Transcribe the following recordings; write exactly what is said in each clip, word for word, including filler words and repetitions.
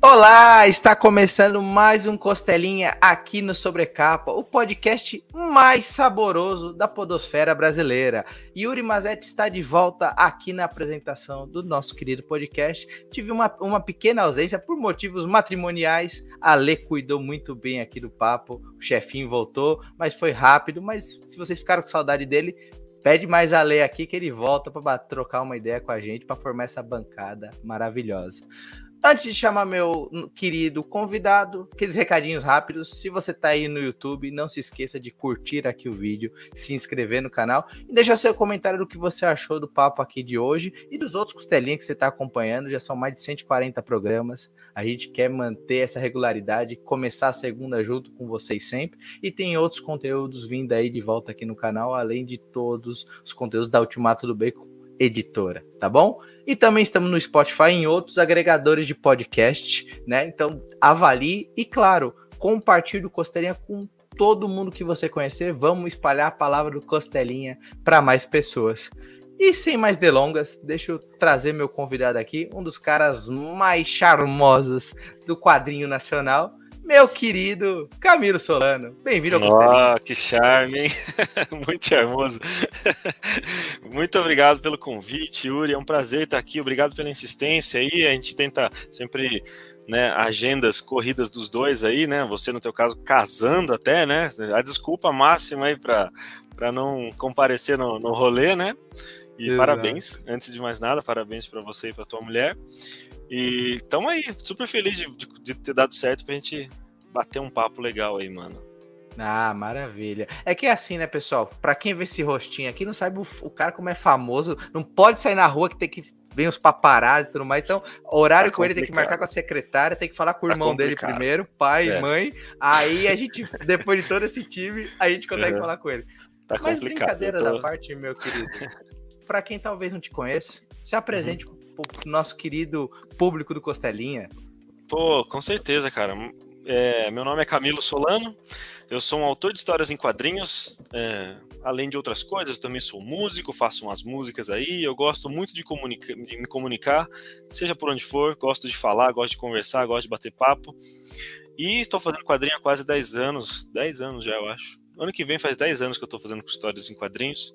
Olá, está começando mais um Costelinha aqui no Sobrecapa, o podcast mais saboroso da podosfera brasileira. Yuri Mazetti está de volta aqui na apresentação do nosso querido podcast. Tive uma, uma pequena ausência por motivos matrimoniais. A Lê cuidou muito bem aqui do papo, o chefinho voltou, mas foi rápido. Mas se vocês ficaram com saudade dele, pede mais a Lê aqui que ele volta para trocar uma ideia com a gente, para formar essa bancada maravilhosa. Antes de chamar meu querido convidado, aqueles recadinhos rápidos. Se você tá aí no YouTube, não se esqueça de curtir aqui o vídeo, se inscrever no canal e deixar seu comentário do que você achou do papo aqui de hoje e dos outros costelinhas que você tá acompanhando. Já são mais de cento e quarenta programas. A gente quer manter essa regularidade, começar a segunda junto com vocês sempre. E tem outros conteúdos vindo aí de volta aqui no canal, além de todos os conteúdos da Ultimato do Bacon Editora, tá bom? E também estamos no Spotify e em outros agregadores de podcast, né? Então avalie e, claro, compartilhe o Costelinha com todo mundo que você conhecer. Vamos espalhar a palavra do Costelinha para mais pessoas. E sem mais delongas, deixa eu trazer meu convidado aqui, um dos caras mais charmosos do quadrinho nacional, meu querido Camilo Solano. Bem-vindo ao Costelinha. Oh, que charme, hein? Muito charmoso. Muito obrigado pelo convite, Yuri. É um prazer estar aqui. Obrigado pela insistência aí. A gente tenta sempre, né, agendas corridas dos dois aí, né? Você, no teu caso, casando até, né? A desculpa máxima aí para para não comparecer no, no rolê, né? E Exato. Parabéns, antes de mais nada, parabéns para você e para tua mulher. E estamos aí, super feliz de, de, de ter dado certo pra gente bater um papo legal aí, mano. Ah, maravilha. É que é assim, né, pessoal? Pra quem vê esse rostinho aqui, não sabe o, o cara como é famoso, não pode sair na rua que tem que ver os paparazzi e tudo mais. Então, horário tá com ele tem que marcar com a secretária, tem que falar com o tá irmão complicado. dele primeiro, pai e é. mãe. Aí a gente, depois de todo esse time, a gente consegue uhum. falar com ele. Tá Mas complicado. Brincadeiras tô... à parte, meu querido. Pra quem talvez não te conheça, se apresente uhum. pro nosso querido público do Costelinha. Pô, com certeza, cara. É, meu nome é Camilo Solano, eu sou um autor de histórias em quadrinhos, é, além de outras coisas, eu também sou músico, faço umas músicas aí, eu gosto muito de, comunica- de me comunicar, seja por onde for, gosto de falar, gosto de conversar, gosto de bater papo, e estou fazendo quadrinho há quase dez anos, dez anos já eu acho, ano que vem faz dez anos que eu estou fazendo histórias em quadrinhos,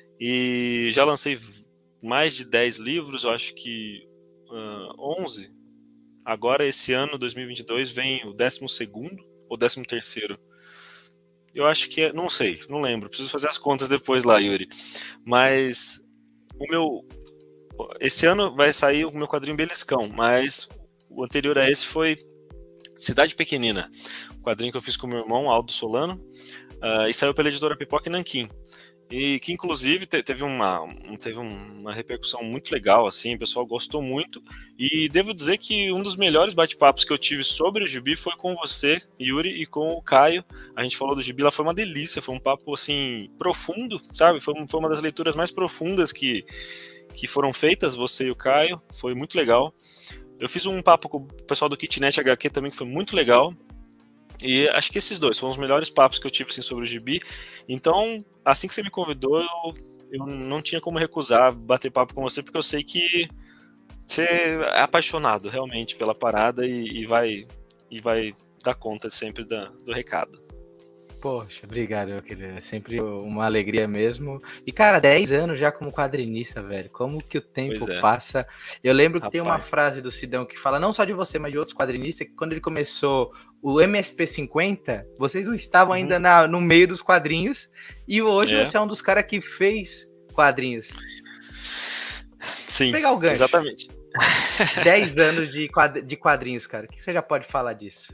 e já lancei mais de dez livros, eu acho que uh, onze. Agora, esse ano, dois mil e vinte e dois, vem o décimo segundo ou décimo terceiro. Eu acho que é... Não sei, não lembro. Preciso fazer as contas depois lá, Yuri. Mas o meu... Esse ano vai sair o meu quadrinho Beliscão, mas o anterior a esse foi Cidade Pequenina. O quadrinho que eu fiz com o meu irmão, Aldo Solano, uh, e saiu pela editora Pipoca e Nanquim. E que inclusive teve uma, teve uma repercussão muito legal, assim, o pessoal gostou muito, e devo dizer que um dos melhores bate-papos que eu tive sobre o gibi foi com você, Yuri, e com o Caio. A gente falou do gibi, lá foi uma delícia, foi um papo, assim, profundo, sabe, foi, foi uma das leituras mais profundas que, que foram feitas, você e o Caio, foi muito legal. Eu fiz um papo com o pessoal do Kitnet H Q também, que foi muito legal. E acho que esses dois foram os melhores papos que eu tive assim, sobre o gibi. Então, assim que você me convidou, eu, eu não tinha como recusar bater papo com você, porque eu sei que você é apaixonado realmente pela parada e, e, vai, e vai dar conta sempre da, do recado. Poxa, obrigado, meu querido. É sempre uma alegria mesmo. E, cara, dez anos já como quadrinista, velho. Como que o tempo é. passa. Eu lembro que Rapaz. tem uma frase do Sidão que fala, não só de você, mas de outros quadrinistas, que quando ele começou o M S P cinquenta, vocês não estavam uhum. ainda na, no meio dos quadrinhos. E hoje é. você é um dos caras que fez quadrinhos. Sim, Vou pegar o gancho. Exatamente. dez anos de, quadr- de quadrinhos, cara. O que você já pode falar disso?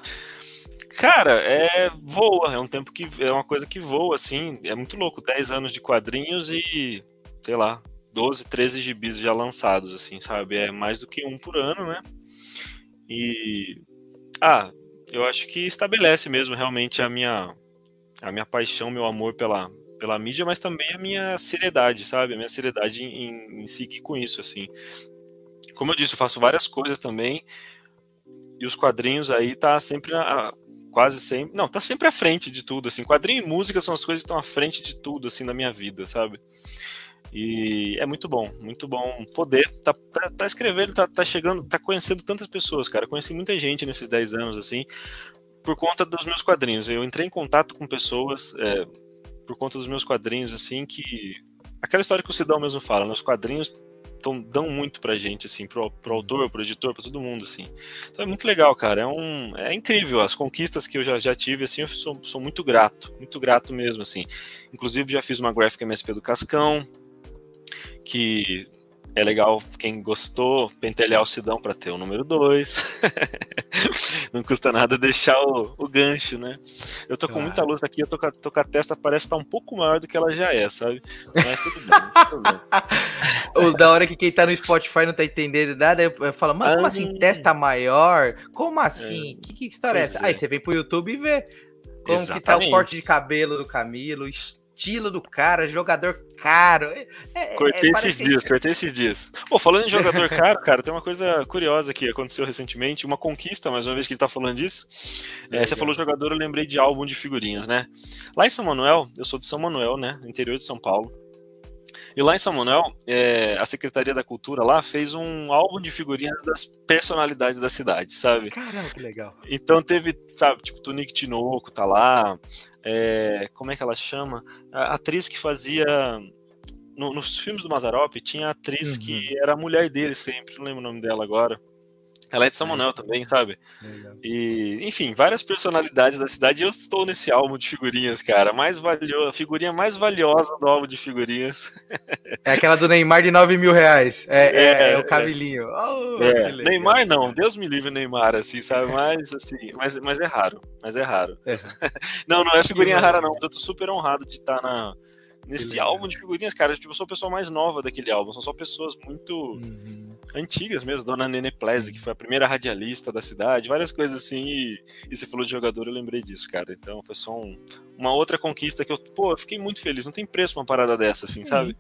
Cara, é voa, é um tempo que é uma coisa que voa, assim, é muito louco, dez anos de quadrinhos e, sei lá, doze, treze gibis já lançados, assim, sabe, é mais do que um por ano, né, e, ah, eu acho que estabelece mesmo realmente a minha, a minha paixão, meu amor pela, pela mídia, mas também a minha seriedade, sabe, a minha seriedade em, em seguir com isso, assim, como eu disse, eu faço várias coisas também, e os quadrinhos aí tá sempre a, quase sempre, não, tá sempre à frente de tudo, assim, quadrinho e música são as coisas que estão à frente de tudo, assim, na minha vida, sabe? E é muito bom, muito bom poder tá, tá, tá escrevendo, tá, tá chegando, tá conhecendo tantas pessoas, cara. Conheci muita gente nesses dez anos, assim, por conta dos meus quadrinhos. Eu entrei em contato com pessoas é, por conta dos meus quadrinhos, assim, que... Aquela história que o Sidão mesmo fala, né? Os quadrinhos tão, dão muito pra gente, assim, pro, pro autor, pro editor, pra todo mundo, assim. Então é muito legal, cara. É, um, é incrível. As conquistas que eu já, já tive, assim, eu sou, sou muito grato. Muito grato mesmo, assim. Inclusive, já fiz uma Graphic M S P do Cascão, que é legal, quem gostou, pentelhar o Sidão para ter o número dois. Não custa nada deixar o, o gancho, né? Eu tô com muita luz aqui, eu tô, tô com a testa, parece estar tá um pouco maior do que ela já é, sabe? Mas tudo bem, tudo bem. O da hora que quem tá no Spotify não tá entendendo nada, eu falo, mano, como ah, assim testa maior? Como assim? É, que, que história é essa? É. Aí você vem pro YouTube e vê como Exatamente. Que tá o corte de cabelo do Camilo, estilo do cara, jogador caro. É, cortei é, esses dias, que... cortei esses dias. Pô, falando em jogador caro, cara, tem uma coisa curiosa que aconteceu recentemente, uma conquista, mais uma vez que ele tá falando disso. É, você falou jogador, eu lembrei de álbum de figurinhas, né? Lá em São Manuel, eu sou de São Manuel, né? Interior de São Paulo. E lá em São Manuel, é, a Secretaria da Cultura lá fez um álbum de figurinhas das personalidades da cidade, sabe? Caramba, que legal. Então teve, sabe, tipo, Tunique Tinoco tá lá, é, como é que ela chama? A atriz que fazia... No, nos filmes do Mazzaropi, tinha a atriz uhum. que era a mulher dele sempre, não lembro o nome dela agora. Ela é de São Manuel também, sabe? Legal. E, enfim, várias personalidades da cidade. E eu estou nesse álbum de figurinhas, cara. Mais valiosa, a figurinha mais valiosa do álbum de figurinhas. É aquela do Neymar de nove mil reais. É, é, é, é o Camilinho. Oh, é. Neymar não, Deus me livre Neymar, assim, sabe? Mas, assim, mas, mas é raro. Mas é raro. É. Não, não é figurinha rara, não. Eu tô super honrado de estar na, nesse álbum de figurinhas, cara. Tipo, eu sou a pessoa mais nova daquele álbum. São só pessoas muito... Uhum. antigas mesmo, Dona Nene Plese, que foi a primeira radialista da cidade, várias coisas assim, e, e você falou de jogador, eu lembrei disso, cara. Então foi só um, uma outra conquista que eu, pô, eu fiquei muito feliz, não tem preço uma parada dessa, assim, sabe?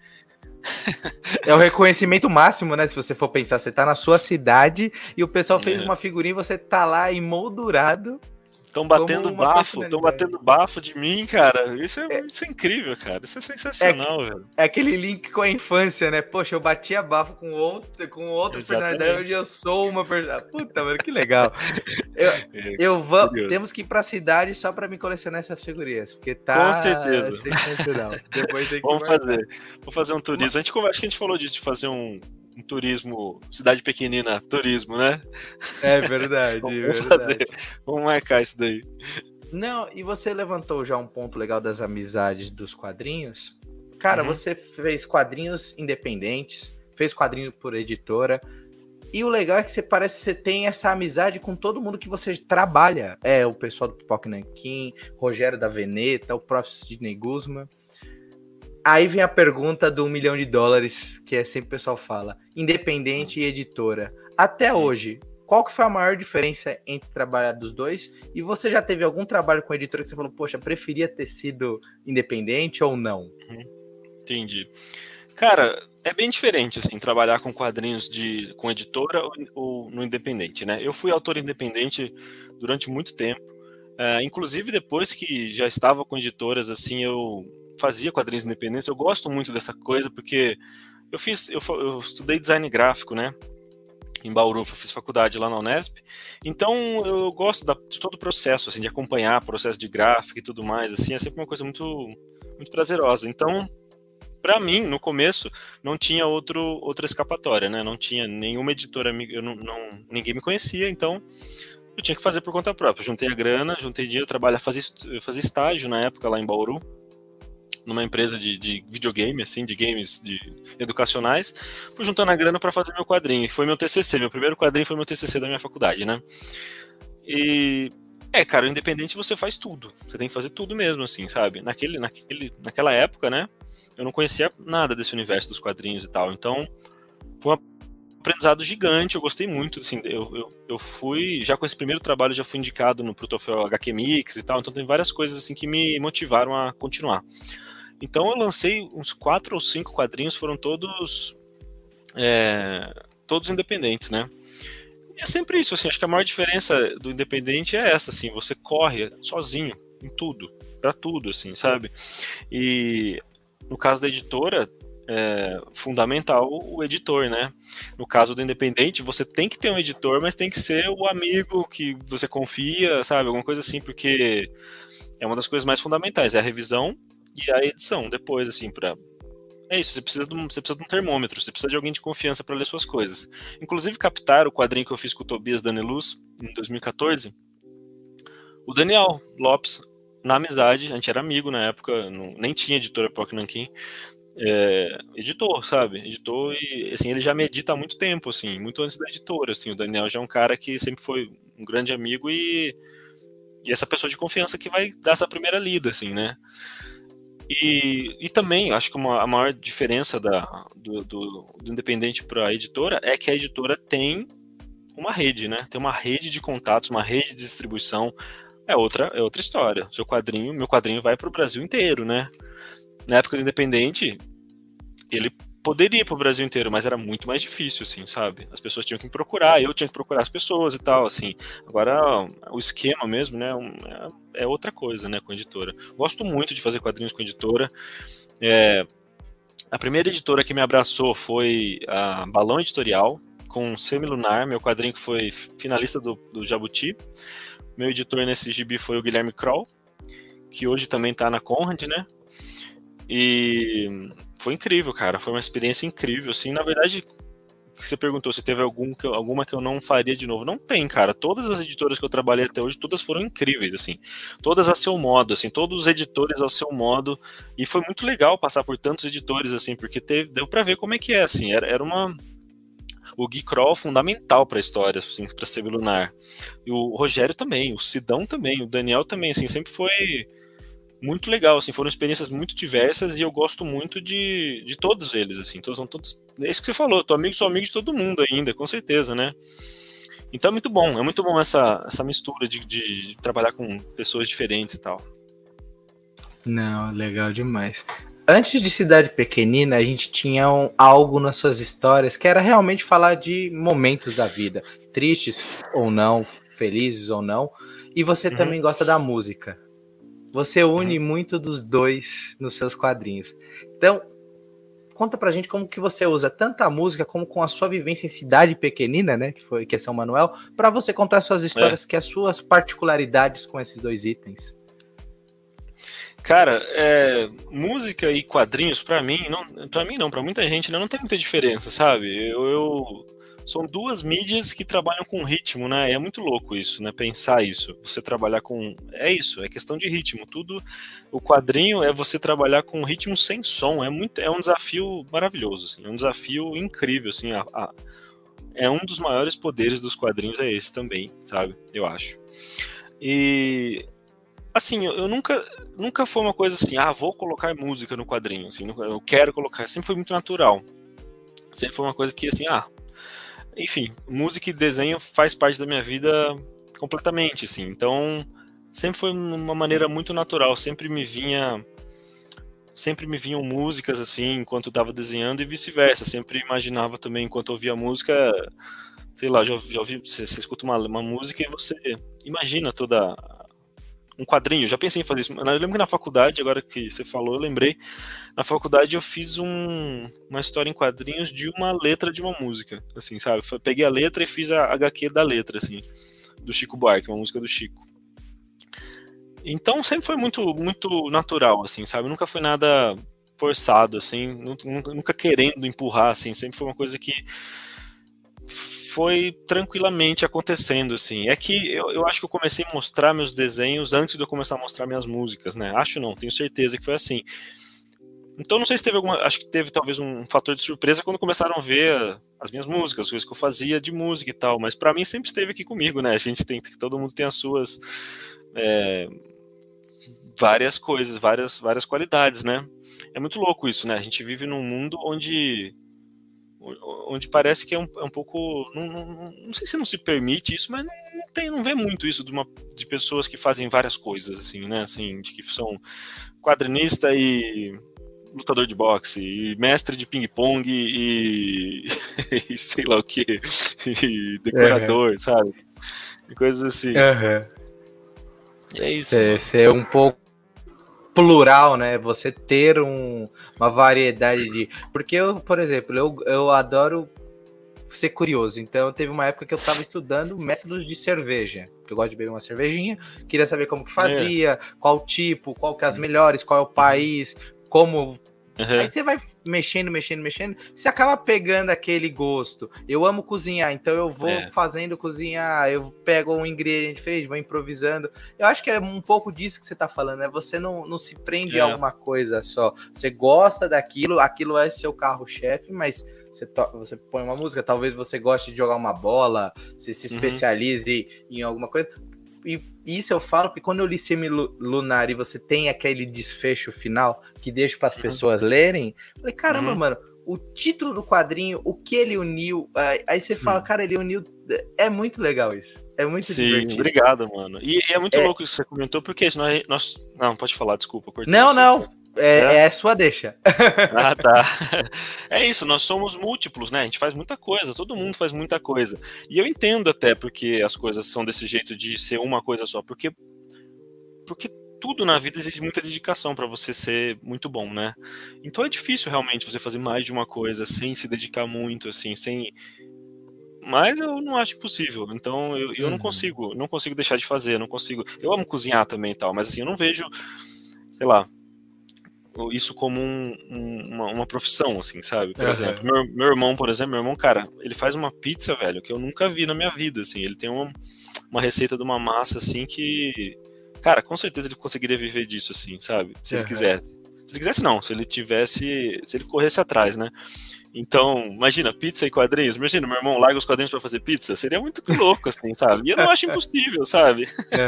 É o reconhecimento máximo, né? Se você for pensar, você tá na sua cidade e o pessoal fez é. uma figurinha e você tá lá emoldurado. Estão batendo bafo, estão batendo bafo de mim, cara. Isso é, é, isso é incrível, cara. Isso é sensacional, é, velho. É aquele link com a infância, né? Poxa, eu batia bafo com, outro, com outras Exatamente. personalidades, hoje eu sou uma personalidade. Puta, mano, que legal. Eu, é, eu vou, temos que ir pra cidade só pra me colecionar essas figurinhas, porque tá com certeza. sensacional. Depois tem que Vamos fazer. Vou fazer um turismo. A gente, acho que a gente falou disso, de fazer um... um turismo, cidade pequenina, turismo, né? É verdade. Vamos verdade. fazer, vamos marcar isso daí. Não, e você levantou já um ponto legal das amizades dos quadrinhos. Cara, uhum. você fez quadrinhos independentes, fez quadrinho por editora, e o legal é que você parece que você tem essa amizade com todo mundo que você trabalha. É, o pessoal do Pipoca Nanquim, Rogério da Veneta, o próprio Sidney Guzman. Aí vem a pergunta do um milhão de dólares, que é sempre o pessoal fala, independente e editora. Até hoje, qual que foi a maior diferença entre trabalhar dos dois? E você já teve algum trabalho com editora que você falou, poxa, preferia ter sido independente ou não? Uhum. Entendi. Cara, é bem diferente, assim, trabalhar com quadrinhos de, com editora ou, ou no independente, né? Eu fui autor independente durante muito tempo. Uh, inclusive, depois que já estava com editoras, assim, eu... fazia quadrinhos independentes, eu gosto muito dessa coisa, porque eu fiz, eu, eu estudei design gráfico, né, em Bauru, eu fiz faculdade lá na Unesp, então eu gosto da, de todo o processo, assim, de acompanhar o processo de gráfico e tudo mais, assim, é sempre uma coisa muito, muito prazerosa. Então, para mim, no começo, não tinha outro, outra escapatória, né, não tinha nenhuma editora, eu não, não, ninguém me conhecia, então eu tinha que fazer por conta própria. Juntei a grana, juntei dinheiro, trabalhar, fazia, fazia estágio na época lá em Bauru, numa empresa de, de videogame, assim, de games de educacionais, fui juntando a grana para fazer meu quadrinho, que foi meu T C C, meu primeiro quadrinho foi meu T C C da minha faculdade, né? E, é, cara, o independente você faz tudo, você tem que fazer tudo mesmo, assim, sabe? Naquele, naquele, naquela época, né, eu não conhecia nada desse universo dos quadrinhos e tal, então foi um aprendizado gigante, eu gostei muito, assim, eu, eu, eu fui, já com esse primeiro trabalho, já fui indicado no pro troféu H Q Mix e tal, então tem várias coisas, assim, que me motivaram a continuar. Então eu lancei uns quatro ou cinco quadrinhos, foram todos é, todos independentes, né? E é sempre isso, assim, acho que a maior diferença do independente é essa, assim, você corre sozinho em tudo, pra tudo, assim, sabe? E no caso da editora, é, fundamental o editor, né? No caso do independente, você tem que ter um editor, mas tem que ser o amigo que você confia, sabe? Alguma coisa assim, porque é uma das coisas mais fundamentais, é a revisão e a edição depois, assim, para é isso, você precisa, de um, você precisa de um termômetro, você precisa de alguém de confiança para ler suas coisas. Inclusive, Captar, o quadrinho que eu fiz com o Tobias Daneluz, em dois mil e quatorze, o Daniel Lopes, na amizade, a gente era amigo na época, não, nem tinha editora Poc Nanquim, é, editou, sabe? Editou e, assim, ele já me edita há muito tempo, assim, muito antes da editora, assim, o Daniel já é um cara que sempre foi um grande amigo e, e essa pessoa de confiança que vai dar essa primeira lida, assim, né? E, e também, acho que uma, a maior diferença da, do, do, do independente para a editora é que a editora tem uma rede, né? Tem uma rede de contatos, uma rede de distribuição. É outra, é outra história. Seu quadrinho, meu quadrinho vai para o Brasil inteiro, né? Na época do independente, ele poderia ir para o Brasil inteiro, mas era muito mais difícil, assim, sabe? As pessoas tinham que me procurar, eu tinha que procurar as pessoas e tal, assim. Agora, o esquema mesmo, né, é, é outra coisa, né, com a editora. Gosto muito de fazer quadrinhos com a editora. É, a primeira editora que me abraçou foi a Balão Editorial, com Semilunar, meu quadrinho que foi finalista do, do Jabuti. Meu editor nesse gibi foi o Guilherme Kroll, que hoje também está na Conrad, né? E foi incrível, cara. Foi uma experiência incrível, assim. Na verdade, você perguntou se teve algum que eu, alguma que eu não faria de novo. Não tem, cara. Todas as editoras que eu trabalhei até hoje, todas foram incríveis, assim. Todas a seu modo, assim. Todos os editores ao seu modo. E foi muito legal passar por tantos editores, assim, porque teve, deu pra ver como é que é, assim. Era, era uma... O Gui Kroll fundamental pra história, assim, pra Semilunar. E o Rogério também, o Sidão também, o Daniel também, assim, sempre foi... muito legal, assim, foram experiências muito diversas e eu gosto muito de, de todos eles, assim, todos, são todos, é isso que você falou, tô amigo, sou amigo de todo mundo ainda, com certeza, né? Então é muito bom, é muito bom essa, essa mistura de, de, de trabalhar com pessoas diferentes e tal. Não, legal demais. Antes de Cidade Pequenina, a gente tinha um, algo nas suas histórias que era realmente falar de momentos da vida, tristes ou não, felizes ou não, e você uhum. também gosta da música. Você une uhum. muito dos dois nos seus quadrinhos. Então, conta pra gente como que você usa tanto a música como com a sua vivência em Cidade Pequenina, né, que foi que é São Manuel, para você contar suas histórias, é. que as suas particularidades com esses dois itens. Cara, é, música e quadrinhos, pra mim, não, pra mim não, pra muita gente, né, não tem muita diferença, sabe? Eu, eu são duas mídias que trabalham com ritmo, né? É muito louco isso, né? Pensar isso. Você trabalhar com... É isso, é questão de ritmo. Tudo... O quadrinho é você trabalhar com ritmo sem som. É, muito... é um desafio maravilhoso, assim. É um desafio incrível, assim. A... A... É um dos maiores poderes dos quadrinhos, é esse também, sabe? Eu acho. E... Assim, eu nunca... Nunca foi uma coisa assim, ah, vou colocar música no quadrinho, assim. Eu quero colocar. Sempre foi muito natural. Sempre foi uma coisa que, assim, ah... Enfim, música e desenho faz parte da minha vida completamente, assim. Então, sempre foi uma maneira muito natural. Sempre me vinha, sempre me vinham músicas assim enquanto eu estava desenhando e vice-versa. Sempre imaginava também enquanto eu ouvia música, sei lá, já, já ouvi, você, você escuta uma, uma música e você imagina toda um quadrinho. Já pensei em fazer isso. Eu lembro que na faculdade, agora que você falou, eu lembrei. Na faculdade eu fiz um, uma história em quadrinhos de uma letra de uma música, assim, sabe? Eu peguei a letra e fiz a H Q da letra, assim, do Chico Buarque, uma música do Chico. Então sempre foi muito, muito natural, assim, sabe? Nunca foi nada forçado, assim, nunca, nunca querendo empurrar, assim. Sempre foi uma coisa que foi tranquilamente acontecendo, assim. É que eu, eu acho que eu comecei a mostrar meus desenhos antes de eu começar a mostrar minhas músicas, né? Acho não, tenho certeza que foi assim. Então não sei se teve alguma... Acho que teve talvez um fator de surpresa quando começaram a ver as minhas músicas, as coisas que eu fazia de música e tal. Mas pra mim sempre esteve aqui comigo, né? A gente tem... Todo mundo tem as suas... É, várias coisas, várias, várias qualidades, né? É muito louco isso, né? A gente vive num mundo onde... onde parece que é um, é um pouco, não, não, não sei se não se permite isso, mas não, não, tem, não vê muito isso de, uma, de pessoas que fazem várias coisas, assim, né, assim, de que são quadrinista e lutador de boxe, e mestre de ping-pong e, e sei lá o que, e decorador, uhum. sabe, e coisas assim. Uhum. E é isso. Ser um pouco plural, né? Você ter um, uma variedade de... Porque eu, por exemplo, eu, eu adoro ser curioso. Então, teve uma época que eu estava estudando métodos de cerveja. Porque eu gosto de beber uma cervejinha. Queria saber como que fazia, é. qual tipo, qual que é as melhores, qual é o país, como... Uhum. Aí você vai mexendo, mexendo, mexendo, você acaba pegando aquele gosto. Eu amo cozinhar, então eu vou é. fazendo cozinhar, eu pego um ingrediente diferente, vou improvisando. Eu acho que é um pouco disso que você tá falando, né? Você não, não se prende é. a uma coisa só. Você gosta daquilo, aquilo é seu carro-chefe, mas você, to- você põe uma música, talvez você goste de jogar uma bola, você se especialize uhum. em alguma coisa. E isso eu falo porque quando eu li Semilunar e você tem aquele desfecho final que deixa para as uhum. pessoas lerem, eu falei, caramba, uhum. mano, o título do quadrinho, o que ele uniu, aí você Sim. fala, cara, ele uniu, é muito legal isso, é muito Sim, divertido. Obrigado, mano. E, e é muito é... louco isso que você comentou, porque nós, nós... Não, pode falar, desculpa. Não, você, não, sabe? É, é. é sua deixa. Ah, tá. É isso, nós somos múltiplos, né? A gente faz muita coisa, todo mundo faz muita coisa. E eu entendo até porque as coisas são desse jeito de ser uma coisa só, porque porque tudo na vida exige muita dedicação para você ser muito bom, né? Então é difícil realmente você fazer mais de uma coisa sem se dedicar muito, assim, sem... Mas eu não acho possível, então eu, eu uhum. não consigo, não consigo deixar de fazer, não consigo... Eu amo cozinhar também e tal, mas assim, eu não vejo, sei lá, isso como um, um, uma, uma profissão, assim, sabe? Por uhum. exemplo, meu, meu irmão, por exemplo, meu irmão, cara, ele faz uma pizza, velho, que eu nunca vi na minha vida, assim, ele tem uma, uma receita de uma massa, assim, que, cara, com certeza ele conseguiria viver disso, assim, sabe? Se uhum. ele quisesse. Se ele quisesse, não, se ele tivesse, se ele corresse atrás, né? Então, imagina, pizza e quadrinhos, imagina, meu irmão larga os quadrinhos pra fazer pizza, seria muito louco, assim, sabe? E eu não acho impossível, sabe?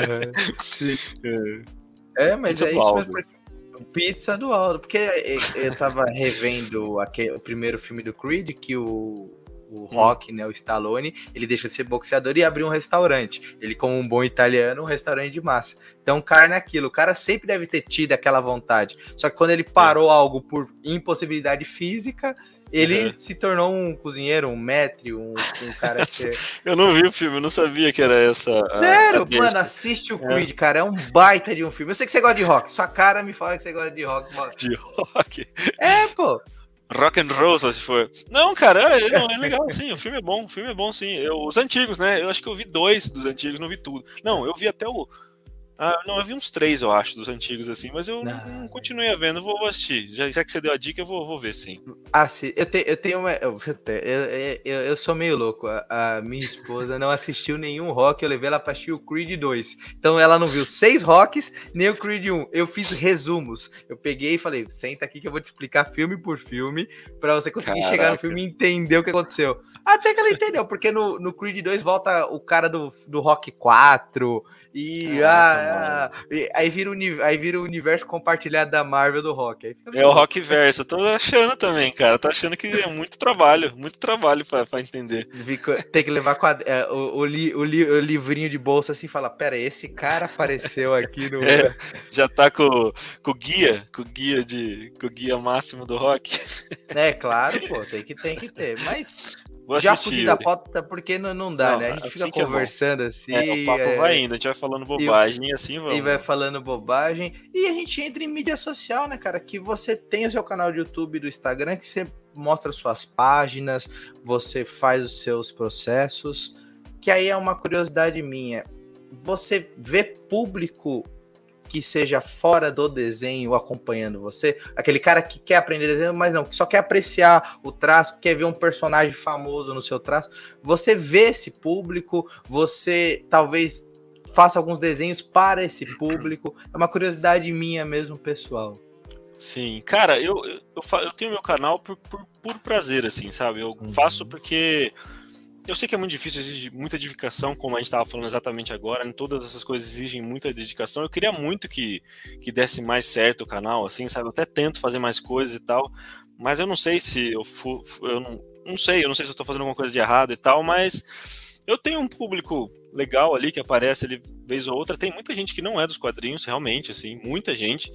Uhum. é. é, mas pizza é isso mesmo, porque... Pizza do Aldo, porque eu tava revendo aquele, o primeiro filme do Creed, que o, o Rock, hum. né, o Stallone, ele deixa de ser boxeador e abriu um restaurante. Ele, como um bom italiano, um restaurante de massa. Então, carne é aquilo. O cara sempre deve ter tido aquela vontade. Só que quando ele parou é. algo por impossibilidade física, ele uhum. se tornou um cozinheiro, um maître, um, um cara que... Eu não vi o filme, eu não sabia que era essa... Sério? A, a mano, assiste o Creed, é. cara, é um baita de um filme. Eu sei que você gosta de rock, sua cara me fala que você gosta de rock. Mano. De rock? É, pô. Rock and roll, se for. Não, cara, é, não, é legal, sim, o filme é bom, o filme é bom, sim. Eu, os antigos, né, eu acho que eu vi dois dos antigos, não vi tudo. Não, eu vi até o... Ah, não, eu vi uns três, eu acho, dos antigos, assim, mas eu não, não continuei a ver, não vou assistir. Já, já que você deu a dica, eu vou, vou ver, sim. Ah, sim, eu, te, eu tenho uma... Eu, eu, eu, eu sou meio louco, a, a minha esposa não assistiu nenhum rock, eu levei ela pra assistir o Creed dois. Então ela não viu seis rocks, nem o Creed um. Eu fiz resumos. Eu peguei e falei, senta aqui que eu vou te explicar filme por filme, pra você conseguir Caraca. chegar no filme e entender o que aconteceu. Até que ela entendeu, porque no, no Creed dois volta o cara do, do Rock quatro... E, ah, ah, e aí, vira o, aí vira o universo compartilhado da Marvel do Rock. Aí fica é o Rock verso. Eu tô achando também, cara. Tô achando que é muito trabalho, muito trabalho pra, pra entender. Tem que levar quadr... é, o, o, li, o, li, o livrinho de bolsa assim e falar: pera, esse cara apareceu aqui no. É, já tá com, com o guia, com o guia de. Com o guia máximo do Rock. É, claro, pô, tem que, tem que ter. Mas. Já fugi da pauta porque não, não dá, não, né? A gente assim fica conversando é assim. É, o papo é, vai indo, a gente vai falando bobagem e, e assim vamos. E vai falando bobagem. E a gente entra em mídia social, né, cara? Que você tem o seu canal de YouTube e do Instagram, que você mostra suas páginas, você faz os seus processos. Que aí é uma curiosidade minha. Você vê público que seja fora do desenho acompanhando você, aquele cara que quer aprender desenho, mas não, que só quer apreciar o traço, quer ver um personagem famoso no seu traço, você vê esse público, você talvez faça alguns desenhos para esse público, é uma curiosidade minha mesmo, pessoal. Sim, cara, eu, eu, eu, eu tenho meu canal por, por, por prazer, assim, sabe, eu uhum. faço porque... Eu sei que é muito difícil, exige muita dedicação, como a gente estava falando exatamente agora, né? Todas essas coisas exigem muita dedicação. Eu queria muito que, que desse mais certo o canal, assim, sabe? Eu até tento fazer mais coisas e tal, mas eu não sei se eu for, eu não, não sei, eu não sei se eu estou fazendo alguma coisa de errado e tal, mas eu tenho um público legal ali que aparece ali vez ou outra. Tem muita gente que não é dos quadrinhos, realmente, assim, muita gente.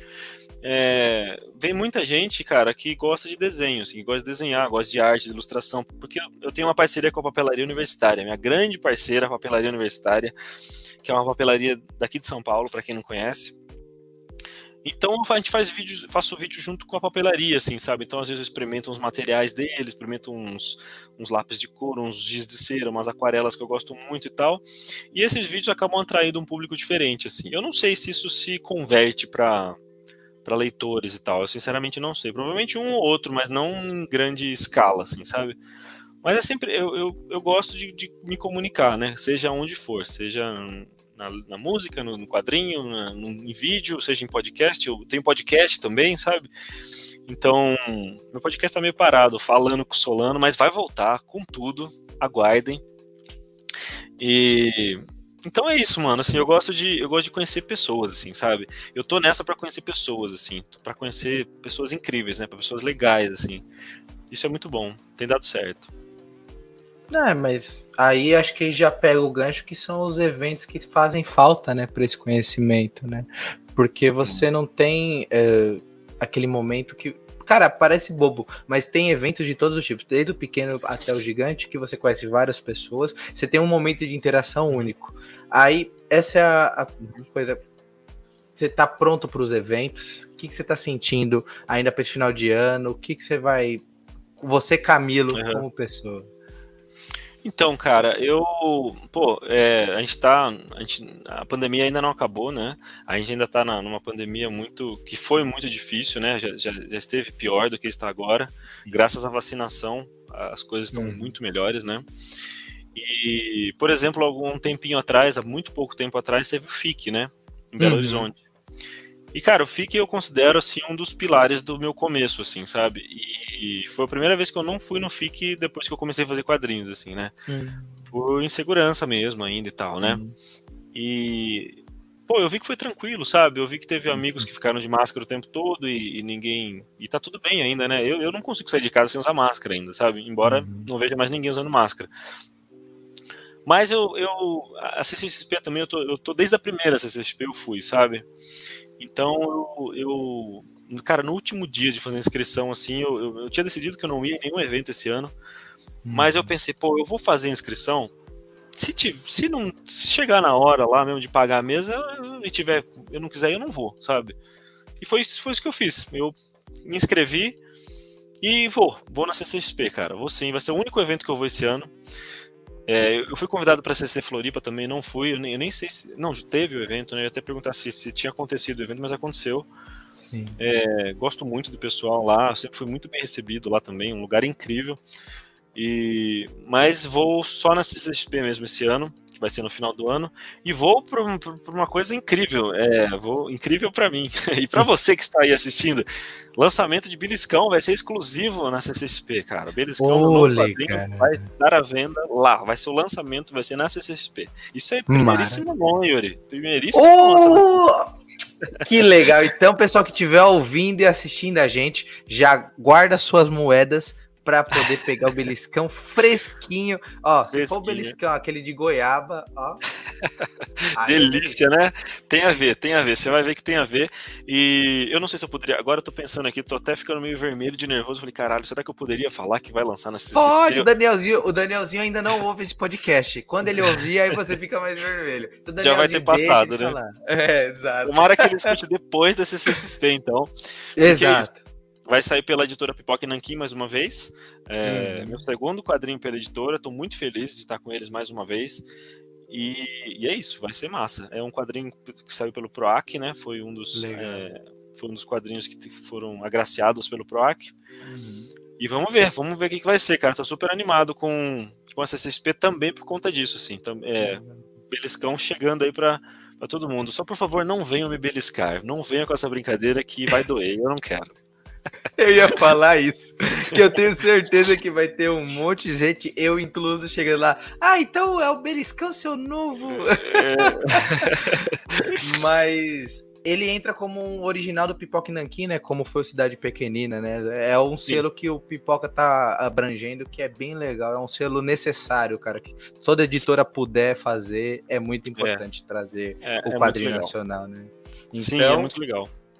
É, vem muita gente, cara, que gosta de desenho, assim, gosta de desenhar, gosta de arte, de ilustração, porque eu tenho uma parceria com a Papelaria Universitária, minha grande parceira, a Papelaria Universitária, que é uma papelaria daqui de São Paulo, para quem não conhece. Então a gente faz vídeo, faço vídeo junto com a papelaria, assim, sabe? Então às vezes eu experimento uns materiais deles, experimento uns, uns lápis de cor, uns giz de cera, umas aquarelas que eu gosto muito e tal. E esses vídeos acabam atraindo um público diferente, assim. Eu não sei se isso se converte para para leitores e tal. Eu sinceramente não sei. Provavelmente um ou outro, mas não em grande escala, assim, sabe? Mas é sempre eu, eu, eu gosto de, de me comunicar, né? Seja onde for, seja Na, na música, no, no quadrinho, na, no, em vídeo, seja em podcast. Eu tenho podcast também, sabe? Então, meu podcast tá meio parado, falando com o Solano, mas vai voltar com tudo, aguardem. E então é isso, mano, assim, eu gosto de eu gosto de conhecer pessoas, assim, sabe? Eu tô nessa pra conhecer pessoas, assim, pra conhecer pessoas incríveis, né, pra pessoas legais, assim. Isso é muito bom, tem dado certo. É, mas aí acho que já pega o gancho que são os eventos que fazem falta, né, para esse conhecimento, né? Porque você não tem é, aquele momento que, cara, parece bobo, mas tem eventos de todos os tipos, desde o pequeno até o gigante, que você conhece várias pessoas, você tem um momento de interação único. Aí essa é a, a coisa. Você tá pronto para os eventos? O que, que você tá sentindo ainda para esse final de ano? O que, que você vai, você, Camilo, uhum. como pessoa? Então, cara, eu, pô, é, a gente tá, a, gente, a pandemia ainda não acabou, né? A gente ainda tá na, numa pandemia muito, que foi muito difícil, né? Já, já, já esteve pior do que está agora. Graças à vacinação, as coisas estão hum. muito melhores, né? E, por exemplo, algum tempinho atrás, há muito pouco tempo atrás, teve o F I C, né? Em Belo uhum. Horizonte. E, cara, o F I C eu considero, assim, um dos pilares do meu começo, assim, sabe? E foi a primeira vez que eu não fui no F I C depois que eu comecei a fazer quadrinhos, assim, né? Hum. Por insegurança mesmo ainda e tal, né? Hum. E, pô, eu vi que foi tranquilo, sabe? Eu vi que teve amigos que ficaram de máscara o tempo todo e, e ninguém... E tá tudo bem ainda, né? Eu, eu não consigo sair de casa sem usar máscara ainda, sabe? Embora hum. não veja mais ninguém usando máscara. Mas eu... eu a C C X P também, eu tô, eu tô desde a primeira C C X P eu fui, sabe? Então, eu, eu, cara, no último dia de fazer a inscrição, assim, eu, eu, eu tinha decidido que eu não ia em nenhum evento esse ano, hum. mas eu pensei, pô, eu vou fazer a inscrição, se, te, se, não, se chegar na hora lá mesmo de pagar a mesa, e tiver, eu não quiser, eu não vou, sabe? E foi, foi isso que eu fiz, eu me inscrevi e vou, vou na C C X P, cara, vou sim, vai ser o único evento que eu vou esse ano. É, eu fui convidado para a C C Floripa também, não fui, eu nem, eu nem sei se... Não, teve o evento, né? Eu ia até perguntar se, se tinha acontecido o evento, mas aconteceu. É, gosto muito do pessoal lá, sempre fui muito bem recebido lá também, um lugar incrível. E, mas vou só na C C X P mesmo esse ano, que vai ser no final do ano, e vou para uma coisa incrível, é, vou, incrível para mim e para você que está aí assistindo. Lançamento de Beliscão vai ser exclusivo na C C X P, cara. Beliscão no novo quadrinho vai estar à venda lá, vai ser o lançamento, vai ser na C C X P. Isso é primeiríssimo bom, Yuri. Primeiríssimo oh! Que legal. Então, pessoal que estiver ouvindo e assistindo a gente, já guarda suas moedas pra poder pegar o beliscão fresquinho. Ó, fresquinho. Se for o beliscão, aquele de goiaba, ó. Delícia, né? Tem a ver, tem a ver. Você vai ver que tem a ver. E eu não sei se eu poderia. Agora eu tô pensando aqui, tô até ficando meio vermelho de nervoso. Falei, caralho, será que eu poderia falar que vai lançar na C C X P? Pode, o Danielzinho, o Danielzinho ainda não ouve esse podcast. Quando ele ouvir, aí você fica mais vermelho. Então, já vai ter passado, né? Falar. É, exato. Tomara que ele escute depois da C C X P, então. Exato. Vai sair pela editora Pipoca e Nanquim mais uma vez. É, hum. Meu segundo quadrinho pela editora. Estou muito feliz de estar com eles mais uma vez. E, e é isso, vai ser massa. É um quadrinho que saiu pelo PROAC, né? Foi um dos, é, foi um dos quadrinhos que foram agraciados pelo PROAC. Uhum. E vamos ver, vamos ver o que, que vai ser, cara. Tô super animado com, com a C C X P também por conta disso, assim. É, beliscão chegando aí para todo mundo. Só por favor, não venham me beliscar. Não venham com essa brincadeira que vai doer. Eu não quero. Eu ia falar isso, que eu tenho certeza que vai ter um monte de gente, eu incluso, chegando lá. Ah, então é o Beliscão seu novo. É. Mas ele entra como um original do Pipoca e Nanquim, né? Como foi o Cidade Pequenina, né? É um selo Sim. que o Pipoca tá abrangendo, que é bem legal. É um selo necessário, cara. Que toda editora puder fazer, é muito importante é. trazer é, o é quadrinho nacional, né? Então, Sim, é muito legal.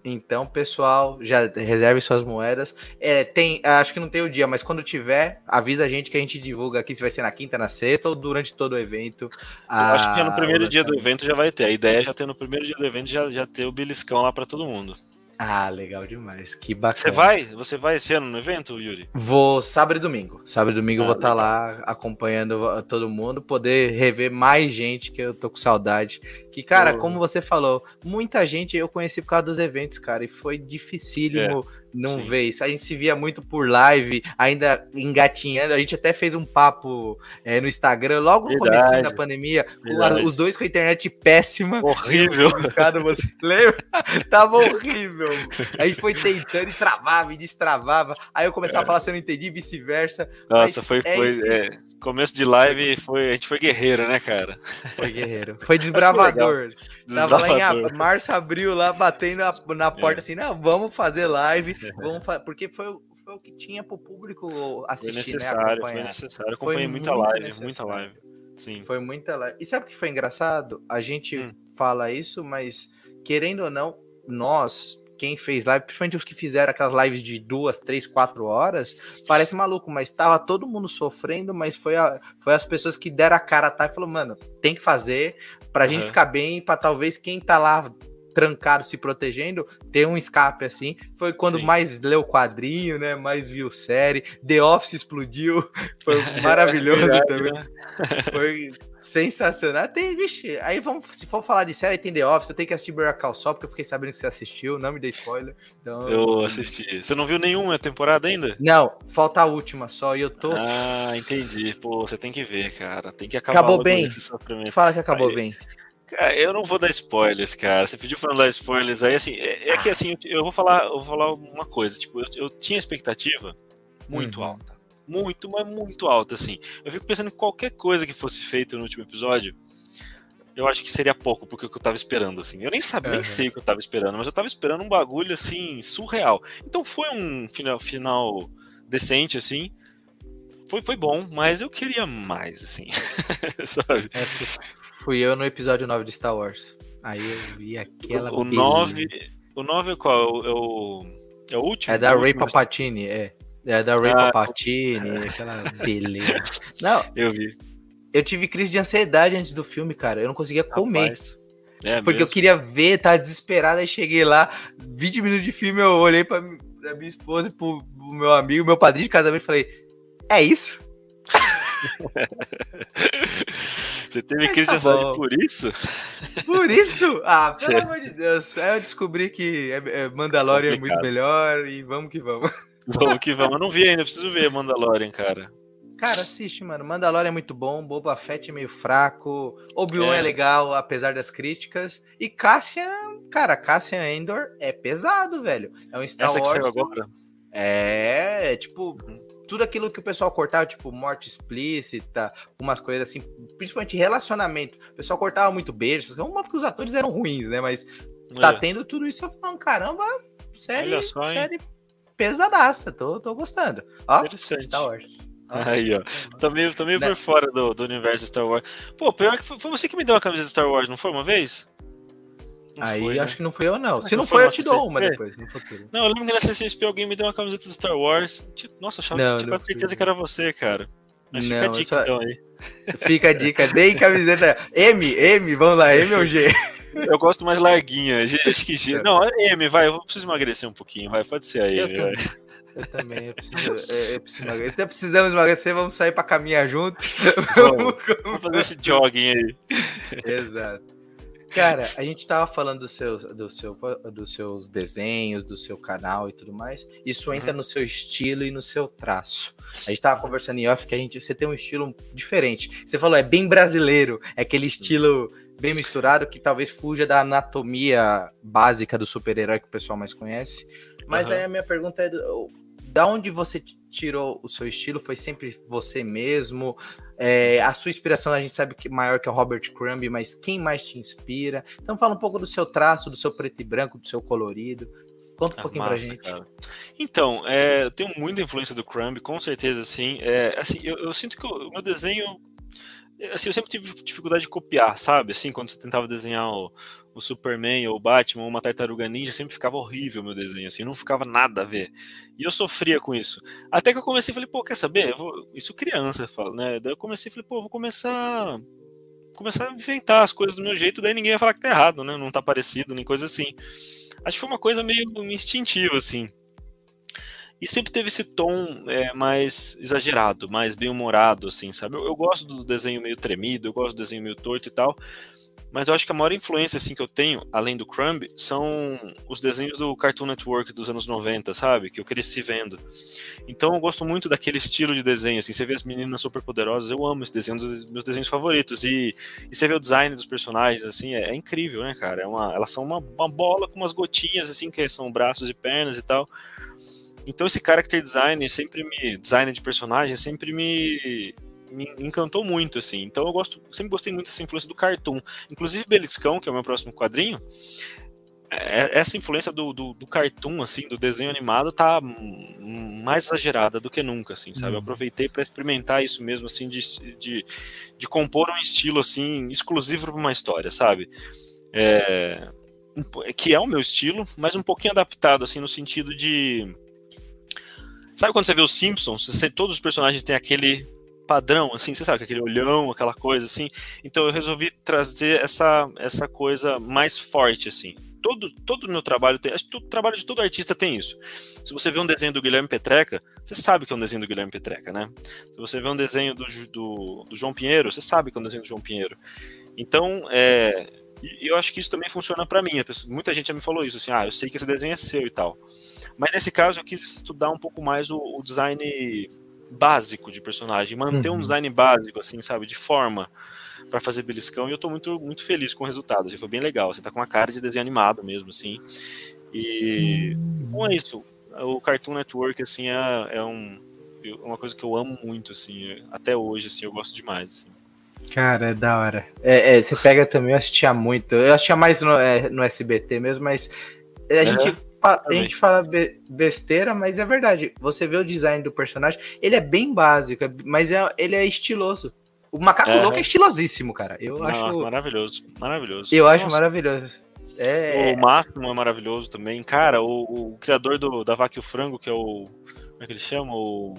Então, pessoal, já reserve suas moedas. É, tem, acho que não tem o dia, mas quando tiver, avisa a gente que a gente divulga aqui se vai ser na quinta, na sexta ou durante todo o evento. Eu acho que já no A, o primeiro dia do lançamento. evento já vai ter. A ideia é já ter no primeiro dia do evento já, já ter o beliscão lá pra todo mundo. Ah, legal demais. Que Você bacana. vai? Você vai esse ano no evento, Yuri? Vou sábado e domingo. Sábado e domingo eu Ah, vou estar legal. lá acompanhando todo mundo, poder rever mais gente que eu tô com saudade. Que, cara, Pô. como você falou, muita gente eu conheci por causa dos eventos, cara, e foi dificílimo não sim. ver isso. A gente se via muito por live, ainda engatinhando. A gente até fez um papo é, no Instagram, logo no Verdade, comecinho da pandemia, com a- verdade. os dois com a internet péssima. Horrível. Eu buscado, você lembra? Tava horrível. A gente foi tentando e travava e destravava. Aí eu começava a falar se eu não entendi, vice-versa. Nossa, Mas foi, é foi isso que é, começo de live, foi, a gente foi guerreiro, né, cara? Foi guerreiro. Foi desbravador. Tava lá em Desbravador. a- março, abril, lá batendo na, na porta É. assim, não, vamos fazer live, vamos fa porque foi, o- foi o que tinha pro público Foi assistir, né, necessário, foi acompanhar. necessário. Eu Foi acompanhei muita muito live, necessário. muita live. Sim. Foi muita live. E sabe o que foi engraçado? A gente Hum. fala isso, mas querendo ou não, nós, quem fez live, principalmente os que fizeram aquelas lives de duas, três, quatro horas, parece maluco, mas tava todo mundo sofrendo, mas foi, a, foi as pessoas que deram a cara a tapa e falou, mano, tem que fazer pra gente Aham. ficar bem, pra talvez quem tá lá trancado se protegendo, ter um escape assim. Foi quando Sim. mais leu quadrinho, né? Mais viu série. The Office explodiu. Foi maravilhoso verdade, também. né? Foi sensacional. Tem, vixe, aí vamos, se for falar de série, tem The Office. Eu tenho que assistir Better Call Saul, porque eu fiquei sabendo que você assistiu. Não me dê spoiler. Então, Eu assisti. Você não viu nenhuma temporada ainda? não, falta a última só. E eu tô. Ah, entendi. Pô, você tem que ver, cara. Tem que acabar Acabou logo bem? esse sofrimento. Fala que acabou Aí- bem. Cara, eu não vou dar spoilers, cara. Você pediu pra não dar spoilers aí, assim, é, é que assim, eu, eu vou falar, eu vou falar uma coisa, tipo, eu, eu tinha expectativa muito Uhum. alta. Muito, mas muito alta, assim. Eu fico pensando em qualquer coisa que fosse feita no último episódio, eu acho que seria pouco porque o que eu tava esperando, assim. Eu nem sabia, nem Uhum. sei o que eu tava esperando, mas eu tava esperando um bagulho, assim, surreal. Então foi um final, final decente, assim. Foi, foi bom, mas eu queria mais, assim. Sabe? É, fu- fui eu no episódio nove de Star Wars. Aí eu vi aquela. O beleza. nove. O nove é qual? É o, é o, é o último? É da O Ray último? Palpatine, é. É da Ray Ah. Palpatine, aquela beleza. Não, Eu vi. eu tive crise de ansiedade antes do filme, cara. Eu não conseguia comer. Rapaz. É Porque eu mesmo? queria ver, tava desesperado. Aí cheguei lá, vinte minutos de filme, eu olhei pra, mi- pra minha esposa e pro, pro meu amigo, meu padrinho de casamento, e falei: é isso? Você teve Mas crise tá de ansiedade bom. por isso? Por isso? Ah, pelo É. amor de Deus. Aí eu descobri que é, é, Mandalorian é muito Complicado. melhor e vamos que vamos. Vamos que vamos. Eu não vi ainda, preciso ver Mandalorian, cara. Cara, assiste, mano. Mandalorian é muito bom, Boba Fett é meio fraco, Obi-Wan é. É. legal, apesar das críticas. E Cassian, cara, Cassian Endor é pesado, velho. É um Star Essa que Wars. saiu que- agora? É, é, tipo, Uhum. tudo aquilo que o pessoal cortava, tipo, morte explícita, umas coisas assim, principalmente relacionamento. O pessoal cortava muito beijo, uma porque os atores eram ruins, né? Mas tá É. tendo tudo isso, eu falando, caramba, série, Olha só, hein? série pesadaça, tô, tô gostando. Ó, Interessante. Star Wars. Aí, ó. Tô meio, tô meio Né? por fora do, do universo Star Wars. Pô, pior que foi, foi você que me deu uma camisa de Star Wars, não foi uma vez? Não Aí foi, acho né? que não fui eu, não. Será Se que não foi foi, eu uma te dou uma C C P? depois, no futuro. Não, eu lembro que na C C X P alguém me deu uma camiseta de Star Wars. Tipo, nossa, eu achava Não, que tinha não quase certeza fui. que era você, cara. Mas fica Não, a eu dica só- então aí. Fica a dica, dei camiseta. M, M, vamos lá, M ou G? Eu gosto mais larguinha. G- Acho que G. É. Não, é M, vai. Eu preciso emagrecer um pouquinho, vai. Pode ser a Eu M, vai. também. Eu também, eu preciso, eu, eu preciso emagrecer. Então precisamos emagrecer, vamos sair pra caminhar junto. Vamos. Vamos fazer esse jogging aí. Exato. Cara, a gente tava falando dos seus, do seu, dos seus desenhos, do seu canal e tudo mais. Isso entra Uhum. no seu estilo e no seu traço. A gente tava conversando em off que a gente, você tem um estilo diferente. Você falou, é bem brasileiro, é aquele estilo bem misturado que talvez fuja da anatomia básica do super-herói que o pessoal mais conhece. Mas Uhum. aí a minha pergunta é, do- da onde você tirou o seu estilo? Foi sempre você mesmo? É, a sua inspiração a gente sabe que é maior que é o Robert Crumb, mas quem mais te inspira? Então fala um pouco do seu traço, do seu preto e branco, do seu colorido. Conta um Ah, pouquinho massa, pra gente. cara. Então, é, eu tenho muita influência do Crumb, com certeza, sim. É, assim, eu, eu sinto que o meu desenho Assim, eu sempre tive dificuldade de copiar, sabe? Assim, quando você tentava desenhar o, o Superman ou o Batman ou uma Tartaruga Ninja, sempre ficava horrível o meu desenho, assim, não ficava nada a ver. E eu sofria com isso. Até que eu comecei e falei, pô, quer saber? Eu vou... Isso criança, fala, né? Daí eu comecei e falei, pô, eu vou começar... começar a inventar as coisas do meu jeito, daí ninguém vai falar que tá errado, né? Não tá parecido, nem coisa assim. Acho que foi uma coisa meio instintiva, assim. E sempre teve esse tom é, mais exagerado, mais bem-humorado, assim, sabe? Eu, eu gosto do desenho meio tremido, eu gosto do desenho meio torto e tal, mas eu acho que a maior influência, assim, que eu tenho, além do Crumb, são os desenhos do Cartoon Network dos anos noventa, sabe? Que eu cresci vendo. Então eu gosto muito daquele estilo de desenho, assim, você vê as meninas superpoderosas, eu amo esse desenho, um dos meus desenhos favoritos, e, e você vê o design dos personagens, assim, é, é incrível, né, cara? É uma, elas são uma, uma bola com umas gotinhas, assim, que são braços e pernas e tal. Então esse character design sempre me design de personagem sempre me, me encantou muito, assim. Então eu gosto, sempre gostei muito dessa influência do cartoon. Inclusive Beliscão, que é o meu próximo quadrinho, é, essa influência do, do, do cartoon, assim, do desenho animado, tá mais exagerada do que nunca, assim, sabe? Eu aproveitei para experimentar isso mesmo, assim, de, de, de compor um estilo, assim, exclusivo para uma história, sabe? É, que é o meu estilo, mas um pouquinho adaptado, assim, no sentido de... Sabe quando você vê os Simpsons, você, todos os personagens têm aquele padrão, assim, você sabe, aquele olhão, aquela coisa, assim. Então eu resolvi trazer essa, essa coisa mais forte, assim. Todo todo o meu trabalho tem, acho que o trabalho de todo artista tem isso. Se você vê um desenho do Guilherme Petreca, você sabe que é um desenho do Guilherme Petreca, né? Se você vê um desenho do, do, do João Pinheiro, você sabe que é um desenho do João Pinheiro. Então, é, e eu acho que isso também funciona pra mim. Muita gente já me falou isso, assim, ah, eu sei que esse desenho é seu e tal. Mas nesse caso eu quis estudar um pouco mais o, o design básico de personagem, manter uhum. um design básico, assim, sabe, de forma para fazer Beliscão, e eu tô muito, muito feliz com o resultado, assim, foi bem legal, você tá com uma cara de desenho animado mesmo, assim, e bom, é isso, o Cartoon Network, assim, é, é um, uma coisa que eu amo muito, assim, até hoje, assim, eu gosto demais, assim. Cara, é da hora. É, é, você pega também, eu assistia muito, eu assistia mais no, é, no S B T mesmo, mas a é. gente... A gente fala besteira, mas é verdade. Você vê o design do personagem, ele é bem básico, mas é, ele é estiloso. O Macaco é. Louco é estilosíssimo, cara. Eu Não, acho maravilhoso, maravilhoso. Eu Nossa. acho maravilhoso. É... O Máximo é maravilhoso também. Cara, o, o criador do, da Vaca e o Frango, que é o... Como é que ele chama? O...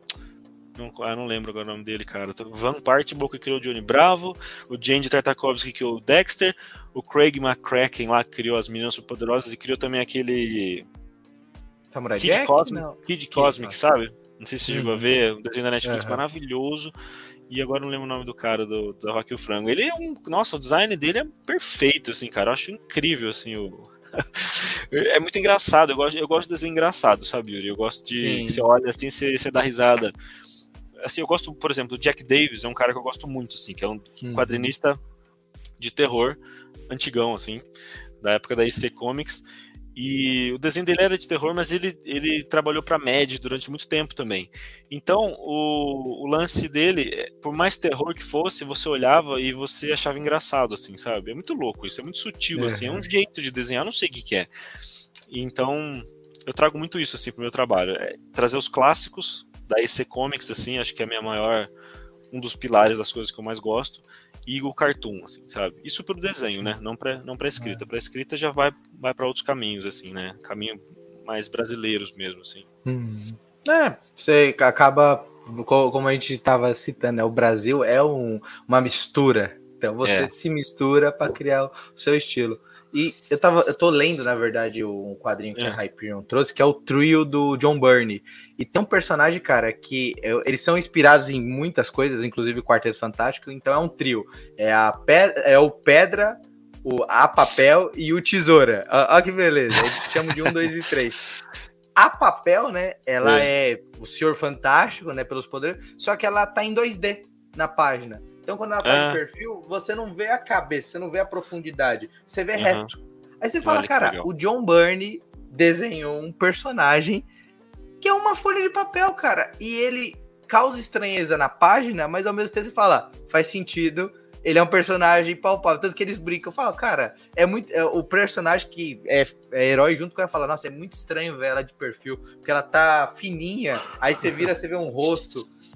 Não, ah, não lembro agora o nome dele, cara. Van Partable, que criou o Johnny Bravo, o Jandy Tartakovsky, que criou o Dexter, o Craig McCracken lá, que criou as Meninas Superpoderosas, e criou também aquele... Samurai Kid Jack? Cosmic, Não. Kid Cosmic, sabe? Não sei se você hum. chegou a ver, um desenho da Netflix uhum. maravilhoso, e agora não lembro o nome do cara do, do Vaca e o Frango. Ele é um... Nossa, o design dele é perfeito, assim, cara. Eu acho incrível, assim, o... É muito engraçado, eu gosto, eu gosto de desenho engraçado, sabe, Yuri? Eu gosto de... Sim. Que você olha assim, você, você dá risada. Assim, eu gosto, por exemplo, do Jack Davis, é um cara que eu gosto muito, assim, que é um uhum. quadrinista de terror antigão, assim, da época da I C Comics, e o desenho dele era de terror, mas ele, ele trabalhou pra Mad durante muito tempo também. Então, o, o lance dele, por mais terror que fosse, você olhava e você achava engraçado, assim, sabe? É muito louco isso, é muito sutil, uhum. assim, é um jeito de desenhar, não sei o que que é. Então, eu trago muito isso, assim, pro meu trabalho, é trazer os clássicos da E C Comics, assim, acho que é a minha maior, um dos pilares das coisas que eu mais gosto, e o cartoon, assim, sabe? Isso pro desenho, Sim. né? Não pra, não pra escrita. É. Pra escrita já vai, vai pra outros caminhos, assim, né? Caminho mais brasileiros mesmo, assim. Hum. É, você acaba, como a gente tava citando, né? O Brasil é um, uma mistura. Então você é. se mistura para criar o seu estilo. E eu, tava, eu tô lendo, na verdade, um quadrinho que é. a Hyperion trouxe, que é o trio do John Byrne. E tem um personagem, cara, que eu, eles são inspirados em muitas coisas, inclusive o Quarteto Fantástico, então é um trio. É, a pedra, é o Pedra, o A Papel e o Tesoura. Olha que beleza, eles chamam de um, dois e três. A Papel, né, ela é. é o Senhor Fantástico, né, pelos poderes, só que ela tá em dois D na página. Então, quando ela tá ah. em perfil, você não vê a cabeça, você não vê a profundidade, você vê uhum. reto. Aí você fala, Olha, cara, o John Byrne desenhou um personagem que é uma folha de papel, cara. E ele causa estranheza na página, mas ao mesmo tempo você fala, faz sentido, ele é um personagem palpável. Tanto que eles brincam, eu falo, cara, é muito. É, o personagem que é, é herói junto com ela fala, nossa, é muito estranho ver ela de perfil, porque ela tá fininha, aí você vira, você vê um rosto.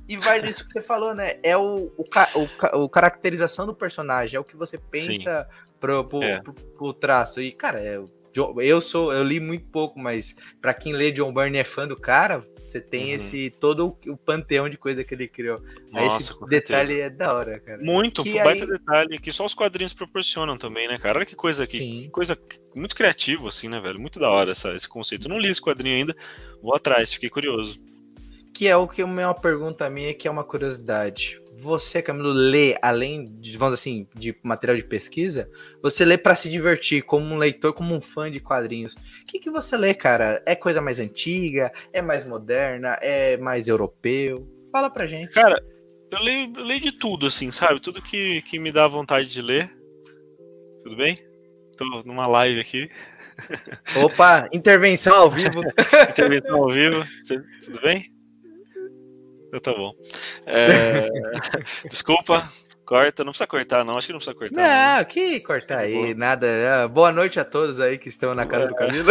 E vai nisso que você falou, né? É o, o, o, o caracterização do personagem, é o que você pensa pro, pro, é. pro, pro traço. E, cara, é, eu sou, eu li muito pouco, mas pra quem lê John Byrne e é fã do cara, você tem uhum. esse todo o, o panteão de coisa que ele criou. Nossa, esse detalhe certeza. é da hora, cara. Muito, que baita aí... detalhe que só os quadrinhos proporcionam também, né, cara? Olha que coisa aqui, que coisa muito criativa, assim, né, velho? Muito da hora essa, esse conceito. Eu não li esse quadrinho ainda, vou atrás, fiquei curioso. Que é o que é uma pergunta minha, que é uma curiosidade. Você, Camilo, lê, além de, vamos assim, de material de pesquisa, você lê para se divertir, como um leitor, como um fã de quadrinhos. O que, que você lê, cara? É coisa mais antiga? É mais moderna? É mais europeu? Fala pra gente. Cara, eu leio, eu leio de tudo, assim, sabe? Tudo que, que me dá vontade de ler. Tudo bem? Tô numa live aqui. Opa, intervenção ao vivo. Intervenção ao vivo. Tudo bem? Então tá bom. É... Desculpa, corta. Não precisa cortar, não. Acho que não precisa cortar. Não, não. que cortar aí, boa. Nada. Boa noite a todos aí que estão na casa é. do Camilo.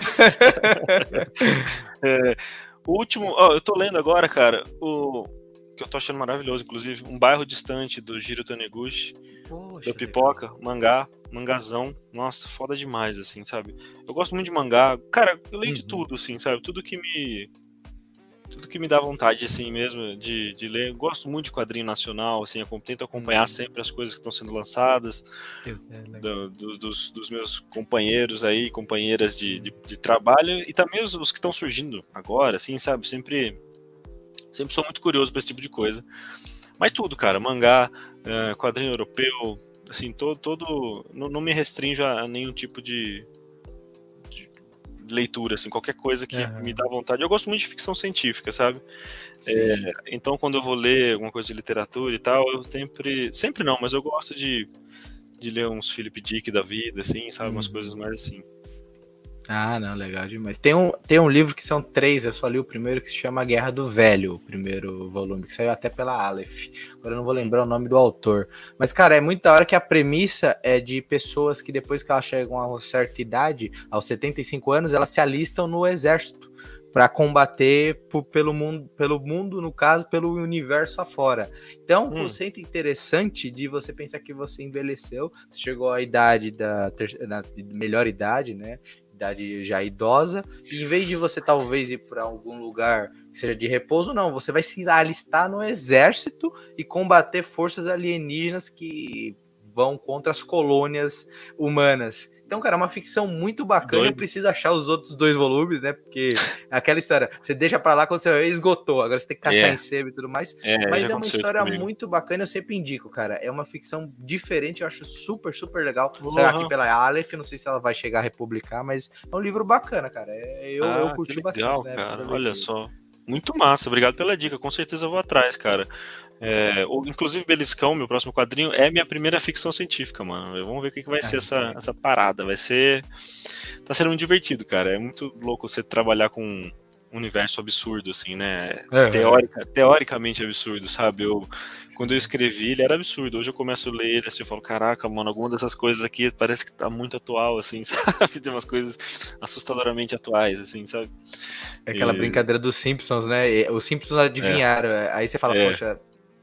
É, o último, ó, eu tô lendo agora, cara, o que eu tô achando maravilhoso, inclusive, Um Bairro Distante, do Jiro Taniguchi, da Pipoca, legal. mangá, mangazão. Nossa, foda demais, assim, sabe? Eu gosto muito de mangá. Cara, eu leio uhum. de tudo, assim, sabe? Tudo que me... Tudo que me dá vontade, assim, mesmo, de, de ler. Eu gosto muito de quadrinho nacional, assim, eu tento acompanhar uhum. sempre as coisas que estão sendo lançadas é, do, do, dos, dos meus companheiros aí, companheiras de, de, de trabalho, e também os, os que estão surgindo agora, assim, sabe? Sempre, sempre sou muito curioso para esse tipo de coisa. Mas tudo, cara, mangá, uh, quadrinho europeu, assim, todo... todo não, não me restringo a nenhum tipo de... leitura, assim, qualquer coisa que uhum. me dá vontade. Eu gosto muito de ficção científica, sabe? É, então, quando eu vou ler alguma coisa de literatura e tal, eu sempre... Sempre não, mas eu gosto de, de ler uns Philip Dick da vida, assim, sabe? Umas uhum. coisas mais assim. Ah, não, legal demais. Tem um, tem um livro que são três, eu só li o primeiro, que se chama A Guerra do Velho, o primeiro volume, que saiu até pela Aleph. Agora eu não vou lembrar o nome do autor. Mas, cara, é muito da hora que a premissa é de pessoas que depois que elas chegam a uma certa idade, aos setenta e cinco anos, elas se alistam no exército para combater por, pelo, mundo, pelo mundo, no caso, pelo universo afora. Então, um hum. conceito interessante de você pensar que você envelheceu, você chegou à idade da, ter, na melhor idade, né? Idade já idosa, e em vez de você talvez ir para algum lugar que seja de repouso, não, você vai se alistar no exército e combater forças alienígenas que vão contra as colônias humanas. Então, cara, é uma ficção muito bacana. Doido. Eu preciso achar os outros dois volumes, né? Porque aquela história, você deixa pra lá quando você esgotou, agora você tem que caçar yeah. em sebo e tudo mais. Yeah, mas é uma história comigo. muito bacana, eu sempre indico, cara. É uma ficção diferente, eu acho super, super legal. Uhum. Saiu aqui pela Aleph, não sei se ela vai chegar a republicar, mas é um livro bacana, cara. Eu, ah, eu curti legal, bastante, né? Cara. Olha só. Muito massa, obrigado pela dica, com certeza eu vou atrás, cara. É, o, inclusive Beliscão, meu próximo quadrinho, é minha primeira ficção científica, mano. Vamos ver o que, que vai ah, ser essa, é. essa parada. Vai ser... Tá sendo muito divertido, cara. É muito louco você trabalhar com um universo absurdo, assim, né? É, Teórica, é. Teoricamente absurdo, sabe? Eu, quando eu escrevi, ele era absurdo. Hoje eu começo a ler ele assim, eu falo, caraca, mano, alguma dessas coisas aqui parece que tá muito atual, assim, sabe? Tem umas coisas assustadoramente atuais, assim, sabe? É aquela e... brincadeira dos Simpsons, né? Os Simpsons adivinharam. É. Aí você fala, é. poxa...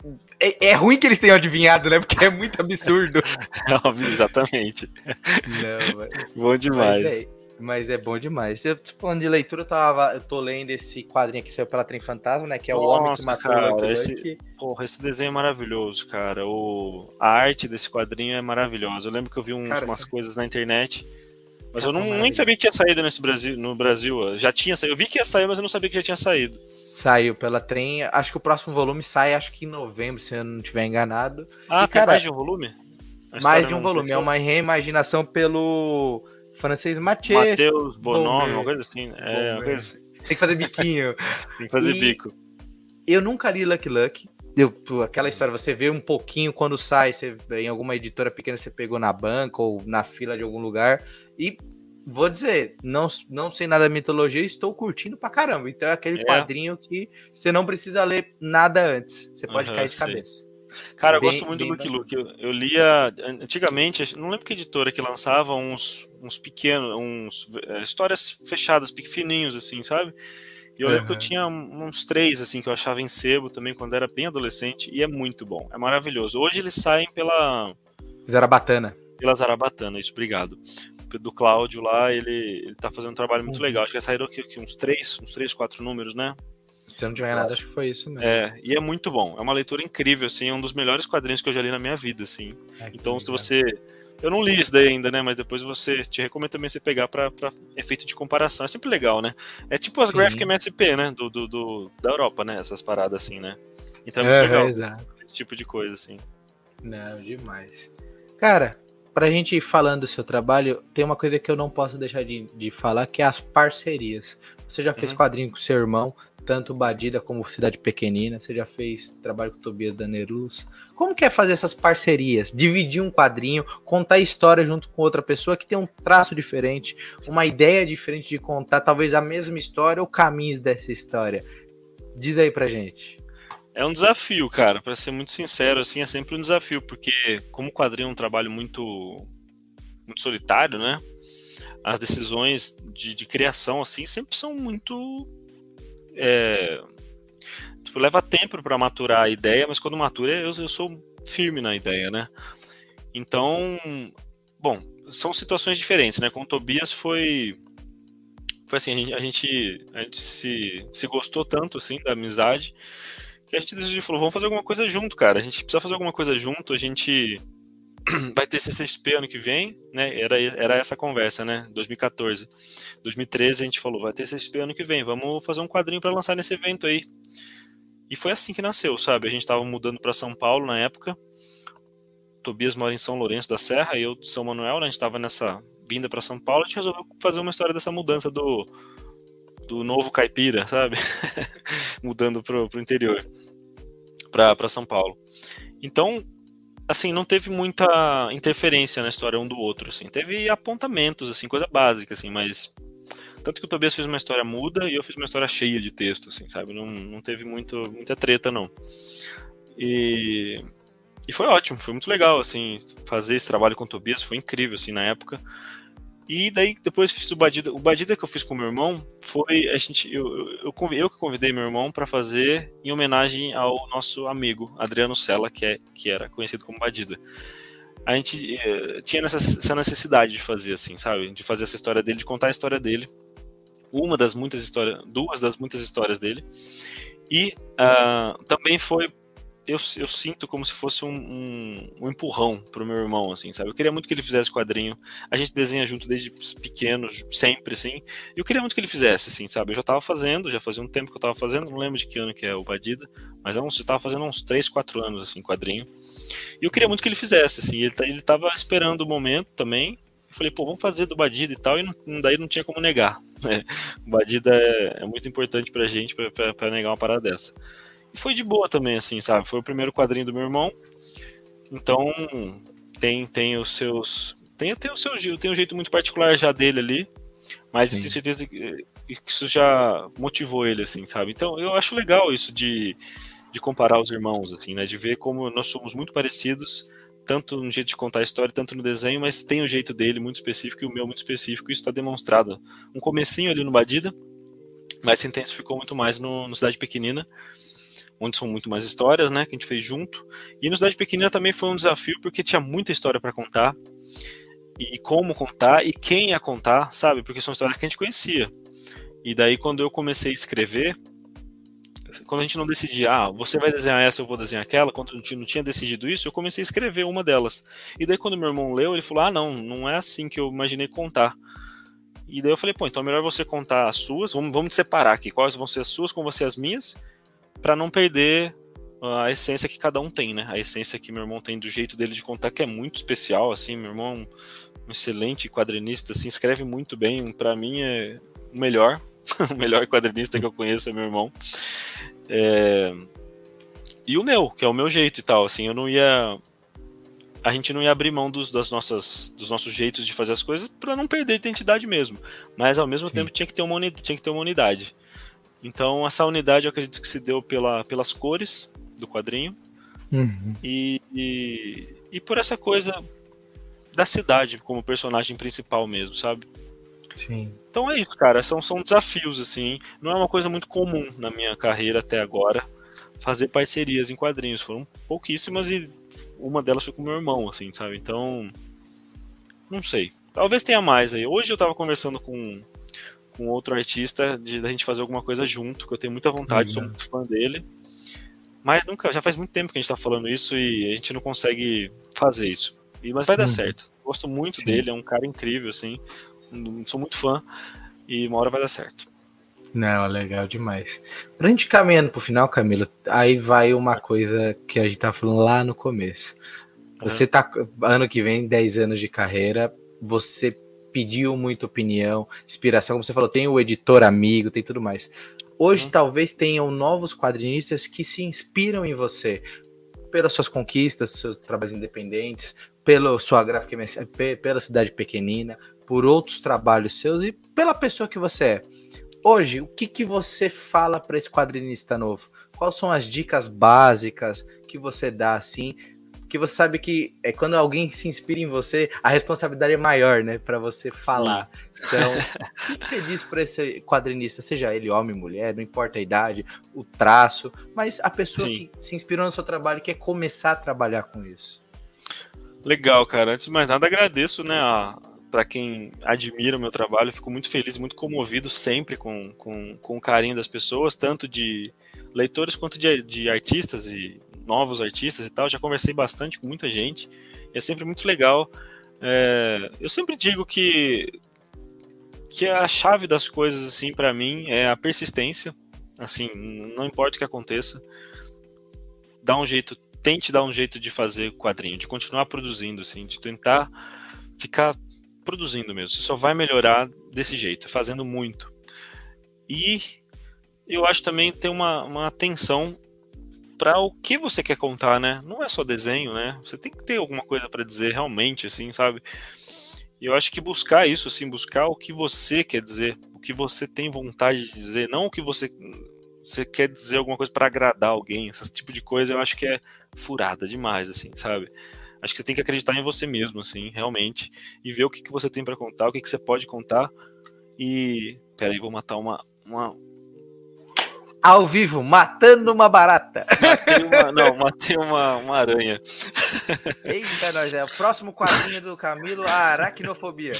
É, é ruim que eles tenham adivinhado, né? Porque é muito absurdo. Exatamente. Não, mas... Bom demais. Mas é, mas é bom demais. Eu, falando de leitura, eu, tava, eu tô lendo esse quadrinho que saiu pela Trem Fantasma, né? Que é o Nossa, Homem que Matou cara, o Lucky esse, Luke. Porra, esse desenho é maravilhoso, cara. O, a arte desse quadrinho é maravilhosa. Eu lembro que eu vi uns, cara, umas sim. coisas na internet. Mas eu não, nem sabia que tinha saído nesse Brasil, no Brasil. Já tinha saído. Eu vi que ia sair, mas eu não sabia que já tinha saído. Saiu pela Trem. Acho que o próximo volume sai, acho que em novembro, se eu não estiver enganado. Ah, e, tem cara, mais de um volume? Mais de um volume. Fechou? É uma reimaginação pelo francês Mathieu. Matheus Bonhomme, uma coisa assim. É, uma coisa assim. Tem que fazer biquinho. Tem que fazer e bico. Eu nunca li Lucky Lucky. Eu, aquela história, você vê um pouquinho quando sai, você, em alguma editora pequena você pegou na banca ou na fila de algum lugar. E vou dizer, não, não sei nada da mitologia, estou curtindo pra caramba. Então é aquele é. quadrinho que você não precisa ler nada antes. Você pode uhum, cair de sei. cabeça. Cara, eu bem, gosto muito do Lucky Luke. Eu, eu lia antigamente, não lembro que editora que lançava uns, uns pequenos, uns é, histórias fechadas, pequenininhos assim, sabe? E eu lembro que eu tinha uns três, assim, que eu achava em sebo também, quando era bem adolescente, e é muito bom, é maravilhoso. Hoje eles saem pela... Zarabatana. Pela Zarabatana, isso, obrigado. Do Cláudio lá, ele, ele tá fazendo um trabalho muito Uhum. legal. Acho que saíram aqui, aqui uns três, uns três, quatro números, né? Se eu não tiver nada, acho que foi isso mesmo. É, e é muito bom. É uma leitura incrível, assim, é um dos melhores quadrinhos que eu já li na minha vida, assim. É, então, legal. se você... Eu não li isso daí ainda, né? Mas depois você... Te recomendo também você pegar pra, pra efeito de comparação. É sempre legal, né? É tipo as Sim. Graphic M S P, né? Do, do, do, da Europa, né? Essas paradas assim, né? Então é muito É, legal. exato. Esse tipo de coisa, assim. Não, demais. Cara, pra gente ir falando do seu trabalho, tem uma coisa que eu não posso deixar de, de falar, que é as parcerias. Você já fez Uhum. quadrinho com seu irmão, tanto Badida como Cidade Pequenina, você já fez trabalho com Tobias Danerus. Como que é fazer essas parcerias? Dividir um quadrinho, contar história junto com outra pessoa que tem um traço diferente, uma ideia diferente de contar, talvez a mesma história ou caminhos dessa história. Diz aí pra gente. É um desafio, cara, pra ser muito sincero, assim, é sempre um desafio, porque como o quadrinho é um trabalho muito, muito solitário, né? As decisões de, de criação, assim, sempre são muito... É, tipo, leva tempo para maturar a ideia, mas quando matura eu, eu sou firme na ideia, né? Então, bom, são situações diferentes, né? Com o Tobias foi foi assim, a gente a gente se, se gostou tanto assim da amizade que a gente decidiu, falou, vamos fazer alguma coisa junto, cara. A gente precisa fazer alguma coisa junto, a gente vai ter C C X P ano que vem, né? Era, era essa conversa, né? dois mil e quatorze. dois mil e treze a gente falou, vai ter C C X P ano que vem, vamos fazer um quadrinho para lançar nesse evento aí. E foi assim que nasceu, sabe? A gente tava mudando para São Paulo na época. Tobias mora em São Lourenço da Serra e eu de São Manuel, né? A gente tava nessa vinda para São Paulo, a gente resolveu fazer uma história dessa mudança do, do novo caipira, sabe? Mudando pro, pro interior, pra, pra São Paulo. Então, assim, não teve muita interferência na história um do outro, assim. Teve apontamentos, assim, coisa básica, assim, mas... Tanto que o Tobias fez uma história muda e eu fiz uma história cheia de texto, assim, sabe? Não, não teve muito, muita treta, não. E... E foi ótimo, foi muito legal, assim, fazer esse trabalho com o Tobias, foi incrível, assim, na época. E daí, depois fiz o Badida. O Badida que eu fiz com meu irmão foi, a gente, eu, eu, eu, eu que convidei meu irmão para fazer em homenagem ao nosso amigo, Adriano Sella, que, é, que era conhecido como Badida. A gente eh, tinha essa, essa necessidade de fazer, assim, sabe? De fazer essa história dele, de contar a história dele. Uma das muitas histórias, duas das muitas histórias dele. E uh, também foi... Eu, eu sinto como se fosse um, um, um empurrão pro meu irmão, assim, sabe? Eu queria muito que ele fizesse quadrinho. A gente desenha junto desde pequeno, sempre, assim. E eu queria muito que ele fizesse, assim, sabe? Eu já tava fazendo, já fazia um tempo que eu tava fazendo, não lembro de que ano que é o Badida, mas eu já tava fazendo uns três, quatro anos, assim, quadrinho. E eu queria muito que ele fizesse, assim. Ele, ele tava esperando o momento também. Eu falei, pô, vamos fazer do Badida e tal, e não, daí não tinha como negar, né? O Badida é, é muito importante pra gente, pra, pra, pra negar uma parada dessa. E foi de boa também, assim, sabe? Foi o primeiro quadrinho do meu irmão. Então, tem, tem os seus... Tem, tem, o seu, tem um jeito muito particular já dele ali. Mas Sim. eu tenho certeza que isso já motivou ele, assim, sabe? Então, eu acho legal isso de, de comparar os irmãos, assim, né? De ver como nós somos muito parecidos, tanto no jeito de contar a história, tanto no desenho, mas tem o jeito dele muito específico e o meu muito específico. E isso está demonstrado. Um comecinho ali no Badida, mas se intensificou muito mais no, no Cidade Pequenina, onde são muito mais histórias, né, que a gente fez junto. E no Cidade Pequenina também foi um desafio, porque tinha muita história para contar, e como contar, e quem ia contar, sabe, porque são histórias que a gente conhecia. E daí quando eu comecei a escrever, quando a gente não decidia, ah, você vai desenhar essa, eu vou desenhar aquela, quando a gente não tinha decidido isso, eu comecei a escrever uma delas. E daí quando meu irmão leu, ele falou, ah, não, não é assim que eu imaginei contar. E daí eu falei, pô, então é melhor você contar as suas, vamos, vamos separar aqui, quais vão ser as suas, como vão ser as minhas, para não perder a essência que cada um tem, né? A essência que meu irmão tem do jeito dele de contar, que é muito especial, assim, meu irmão é um, um excelente quadrinista, assim, escreve muito bem, para mim é o melhor, o melhor quadrinista que eu conheço é meu irmão. É... E o meu, que é o meu jeito e tal, assim, eu não ia... A gente não ia abrir mão dos, das nossas, dos nossos jeitos de fazer as coisas para não perder a identidade mesmo, mas ao mesmo Sim. tempo tinha que ter uma unidade, tinha que ter uma unidade. Então essa unidade eu acredito que se deu pela, pelas cores do quadrinho uhum. e, e, e por essa coisa da cidade como personagem principal mesmo, sabe? Sim. Então é isso, cara, são, são desafios, assim, não é uma coisa muito comum na minha carreira até agora, fazer parcerias em quadrinhos, foram pouquíssimas e uma delas foi com meu irmão, assim, sabe, então, não sei, talvez tenha mais aí. Hoje eu tava conversando com, com outro artista, de da gente fazer alguma coisa junto, que eu tenho muita vontade, sou Legal. muito fã dele, mas nunca, já faz muito tempo que a gente tá falando isso e a gente não consegue fazer isso, e, mas vai dar Uhum. certo, gosto muito Sim. dele, é um cara incrível, assim, sou muito fã, e uma hora vai dar certo. Não, legal demais. Pra gente caminhando pro final, Camilo, aí vai uma coisa que a gente tá falando lá no começo. Você tá, ano que vem, dez anos de carreira, você pediu muita opinião, inspiração, como você falou, tem o editor amigo, tem tudo mais. Hoje Uhum. talvez tenham novos quadrinistas que se inspiram em você, pelas suas conquistas, seus trabalhos independentes, pela sua gráfica, pela cidade pequenina, por outros trabalhos seus e pela pessoa que você é. Hoje, o que, que você fala para esse quadrinista novo? Quais são as dicas básicas que você dá assim? Porque você sabe que é quando alguém se inspira em você, a responsabilidade é maior, né, para você falar. Sim. Então, o que, que você diz para esse quadrinista, seja ele homem, mulher, não importa a idade, o traço, mas a pessoa Sim. que se inspirou no seu trabalho e quer começar a trabalhar com isso? Legal, cara. Antes de mais nada, agradeço, né, a, para quem admira o meu trabalho. Fico muito feliz, muito comovido sempre com, com, com o carinho das pessoas, tanto de leitores quanto de, de artistas e novos artistas e tal. Já conversei bastante com muita gente. E é sempre muito legal. É, eu sempre digo que que a chave das coisas, assim, para mim é a persistência. Assim, não importa o que aconteça, dá um jeito, tente dar um jeito de fazer quadrinho, de continuar produzindo, assim, de tentar ficar produzindo mesmo. Você só vai melhorar desse jeito, fazendo muito. E eu acho também ter uma, uma atenção para o que você quer contar, né? Não é só desenho, né? Você tem que ter alguma coisa para dizer realmente, assim, sabe? E eu acho que buscar isso, assim, buscar o que você quer dizer, o que você tem vontade de dizer, não o que você, você quer dizer alguma coisa para agradar alguém, esse tipo de coisa eu acho que é furada demais, assim, sabe? Acho que você tem que acreditar em você mesmo, assim, realmente, e ver o que, que você tem para contar, o que, que você pode contar. E peraí, vou matar uma, uma... Ao vivo, matando uma barata. Matei uma, não, matei uma, uma aranha. Eita, nós é o próximo quadrinho do Camilo, a aracnofobia.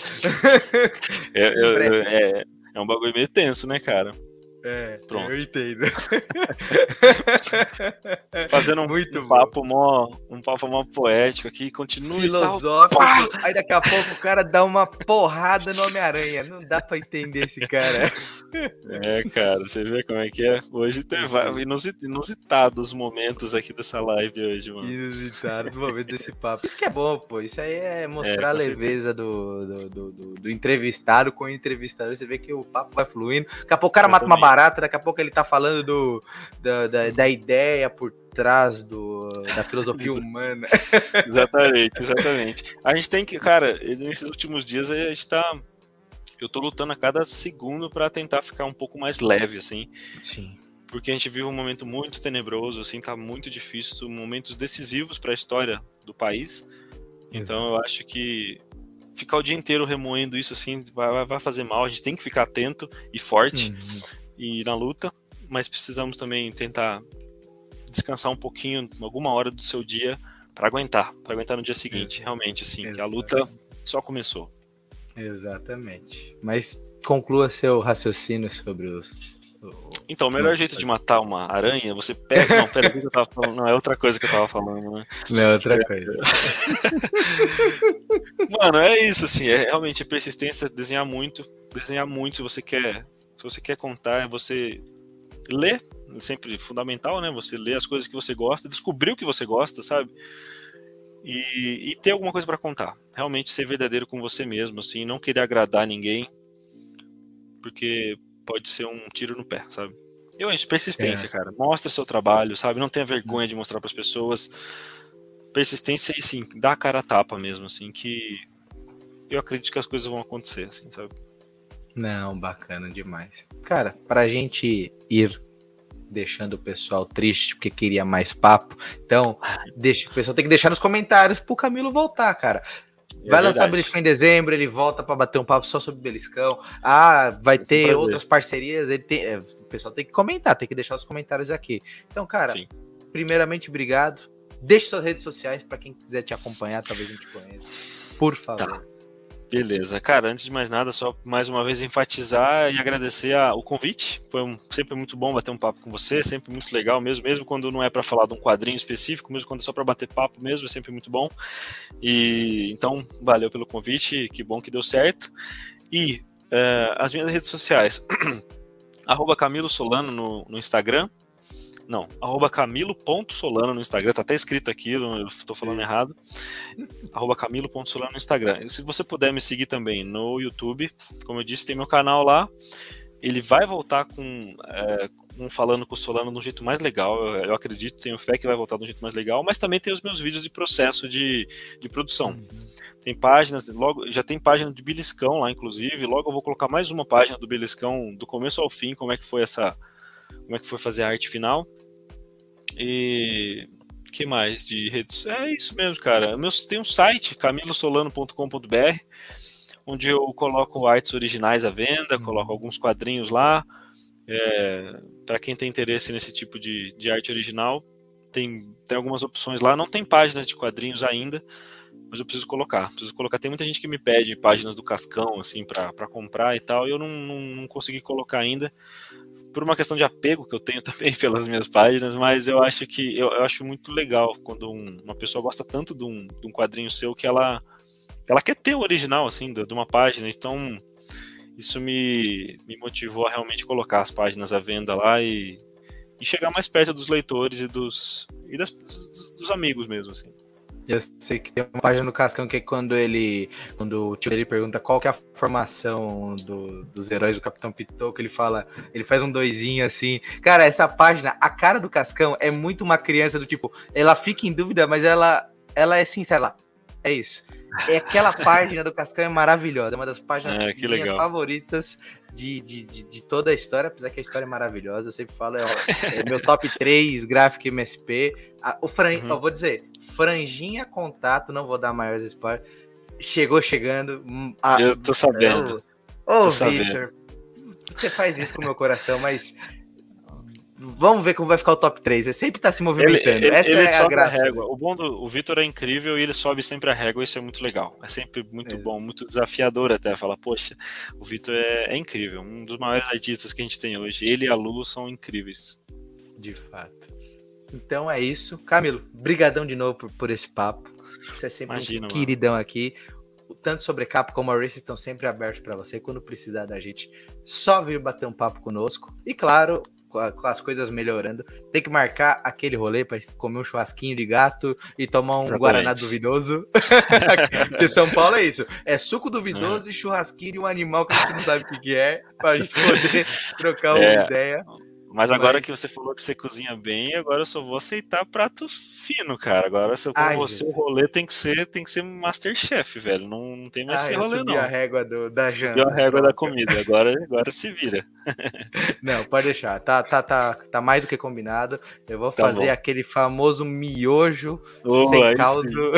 É, é, é, é um bagulho meio tenso, né, cara? É, pronto. Eu entendo. Fazendo um, Muito um bom. papo mó, um papo mó poético aqui, continua filosófico. E tal. Aí daqui a pouco o cara dá uma porrada no Homem-Aranha. Não dá pra entender esse cara. É, cara, você vê como é que é? Hoje tem inusitados momentos aqui dessa live hoje, mano. Inusitados momentos desse papo. Isso que é bom, pô. Isso aí é mostrar É, a com leveza do, do, do, do, do entrevistado com o entrevistador. Você vê que o papo vai fluindo. Daqui a pouco o cara mata uma barata, daqui a pouco ele tá falando do, da, da, da ideia por trás do, da filosofia humana. Exatamente, exatamente. A gente tem que, cara, nesses últimos dias a gente tá. Eu tô lutando a cada segundo pra tentar ficar um pouco mais leve, assim. Sim. Porque a gente vive um momento muito tenebroso, assim, tá muito difícil, momentos decisivos pra história do país. Então eu acho que ficar o dia inteiro remoendo isso, assim, vai, vai fazer mal. A gente tem que ficar atento e forte uhum. e na luta, mas precisamos também tentar descansar um pouquinho, alguma hora do seu dia, para aguentar, para aguentar no dia seguinte, realmente, assim, Exatamente. Que a luta só começou. Exatamente. Mas conclua seu raciocínio sobre os... Então, o melhor jeito de matar uma aranha, você pega... Não, pera, o que eu tava falando? Não, é outra coisa que eu tava falando, né? Não, é outra coisa. Mano, é isso, assim, é realmente a persistência, desenhar muito, desenhar muito se você quer, se você quer contar, é você ler, é sempre fundamental, né? Você ler as coisas que você gosta, descobrir o que você gosta, sabe? E, e ter alguma coisa pra contar. Realmente ser verdadeiro com você mesmo, assim, não querer agradar ninguém, porque pode ser um tiro no pé, sabe? Eu acho persistência, é. cara. Mostra seu trabalho, sabe? Não tenha vergonha de mostrar pras pessoas. Persistência e, sim, dá a cara a tapa mesmo, assim, que eu acredito que as coisas vão acontecer, assim, sabe? Não, bacana demais. Cara, pra gente ir deixando o pessoal triste porque queria mais papo, então deixa, o pessoal tem que deixar nos comentários pro Camilo voltar, cara. É vai lançar Beliscão em dezembro, ele volta para bater um papo só sobre Beliscão. Ah, vai ter outras parcerias. Ele tem, é, o pessoal tem que comentar, tem que deixar os comentários aqui. Então, cara, Sim. primeiramente, obrigado. Deixe suas redes sociais para quem quiser te acompanhar, talvez a gente conheça. Por favor. Tá. Beleza. Cara, antes de mais nada, só mais uma vez enfatizar e agradecer a, o convite. Foi um, sempre muito bom bater um papo com você, sempre muito legal mesmo, mesmo quando não é para falar de um quadrinho específico, mesmo quando é só para bater papo mesmo, é sempre muito bom. E então, valeu pelo convite, que bom que deu certo. E uh, as minhas redes sociais, arroba Camilo Solano no, no Instagram. Não, arroba camilo.solano no Instagram, tá até escrito aqui, eu tô falando Sim. errado. Arroba camilo.solano no Instagram. E se você puder me seguir também no YouTube, como eu disse, tem meu canal lá. Ele vai voltar com, é, com falando com o Solano de um jeito mais legal. Eu, eu acredito, tenho fé que vai voltar de um jeito mais legal, mas também tem os meus vídeos de processo de, de produção. Uhum. Tem páginas, logo já tem página de Beliscão lá, inclusive. Logo eu vou colocar mais uma página do Beliscão, do começo ao fim, como é que foi essa. Como é que foi fazer a arte final. E que mais de redes? É isso mesmo, cara. Meu, tem um site, camilo solano ponto com ponto b r, onde eu coloco artes originais à venda, hum. coloco alguns quadrinhos lá. É, para quem tem interesse nesse tipo de, de arte original, tem, tem algumas opções lá. Não tem páginas de quadrinhos ainda, mas eu preciso colocar. Preciso colocar. Tem muita gente que me pede páginas do Cascão assim, para comprar e tal, e eu não, não, não consegui colocar ainda. Por uma questão de apego que eu tenho também pelas minhas páginas, mas eu acho que eu, eu acho muito legal quando um, uma pessoa gosta tanto de um, de um quadrinho seu que ela, ela quer ter o original assim, de, de uma página, então isso me, me motivou a realmente colocar as páginas à venda lá e, e chegar mais perto dos leitores e dos, e das, dos, dos amigos mesmo, assim. Eu sei que tem uma página no Cascão que é quando ele, quando o tio dele pergunta qual que é a formação do, dos heróis do Capitão Pitoco, ele fala, ele faz um doisinho assim. Cara, essa página, a cara do Cascão é muito uma criança do tipo, ela fica em dúvida, mas ela, ela é sincera. É isso. É aquela página do Cascão é maravilhosa, é uma das páginas é, minhas legal. favoritas de, de, de, de toda a história, apesar que a história é maravilhosa, eu sempre falo, é, é meu top três gráfico M S P. A, o fran... uhum. Eu vou dizer, Franjinha Contato, não vou dar maiores spoilers, chegou chegando. A... Eu tô sabendo. Ô, oh, Vitor, você faz isso com o meu coração, mas vamos ver como vai ficar o top três. Ele sempre tá se movimentando. Ele, ele, Essa ele é a graça. A régua. O bom do o Vitor é incrível e ele sobe sempre a régua. Isso é muito legal. É sempre muito é. bom, muito desafiador até falar, poxa, o Vitor é, é incrível. Um dos maiores artistas que a gente tem hoje. Ele e a Lu são incríveis. De fato. Então é isso. Camilo, brigadão de novo por, por esse papo. Você é sempre Imagina, um queridão mano. aqui. Tanto sobre Capa como a Race estão sempre abertos para você. Quando precisar da gente, só vir bater um papo conosco. E claro, com as coisas melhorando, tem que marcar aquele rolê para comer um churrasquinho de gato e tomar um Exatamente. Guaraná duvidoso. Porque São Paulo é isso, é suco duvidoso é. e churrasquinho de um animal que a gente não sabe o que, que é, para a gente poder trocar uma é. ideia. Mas agora Mas... que você falou que você cozinha bem, agora eu só vou aceitar prato fino, cara. Agora se eu com Ai, você Jesus. o rolê tem que ser, tem que ser Masterchef, velho. Não, não tem mais ah, esse rolê, subi não. a régua do, da janta. Subiu a régua da comida. Agora, agora se vira. Não, pode deixar. Tá, tá, tá, tá mais do que combinado. Eu vou tá fazer bom. aquele famoso miojo oh, sem caldo.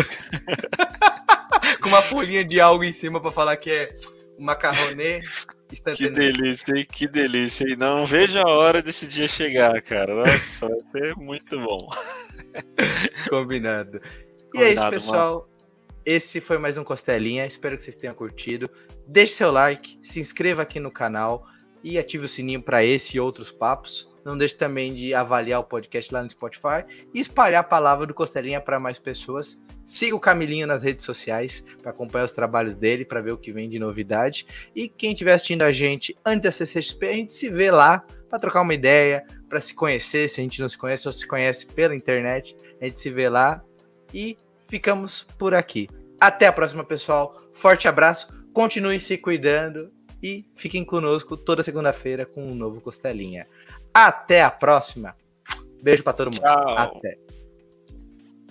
Com uma folhinha de algo em cima pra falar que é macarronê. Que delícia, hein? Que delícia, hein? Não vejo a hora desse dia chegar, cara. Nossa, vai ser muito bom. Combinado. E Combinado, é isso, pessoal. Mano. Esse foi mais um Costelinha. Espero que vocês tenham curtido. Deixe seu like, se inscreva aqui no canal e ative o sininho para esse e outros papos. Não deixe também de avaliar o podcast lá no Spotify e espalhar a palavra do Costelinha para mais pessoas. Siga o Camilinho nas redes sociais para acompanhar os trabalhos dele, para ver o que vem de novidade. E quem estiver assistindo a gente antes da C C X P, a gente se vê lá para trocar uma ideia, para se conhecer, se a gente não se conhece ou se conhece pela internet. A gente se vê lá e ficamos por aqui. Até a próxima, pessoal. Forte abraço, continuem se cuidando e fiquem conosco toda segunda-feira com um novo Costelinha. Até a próxima. Beijo pra todo mundo. Tchau. Até.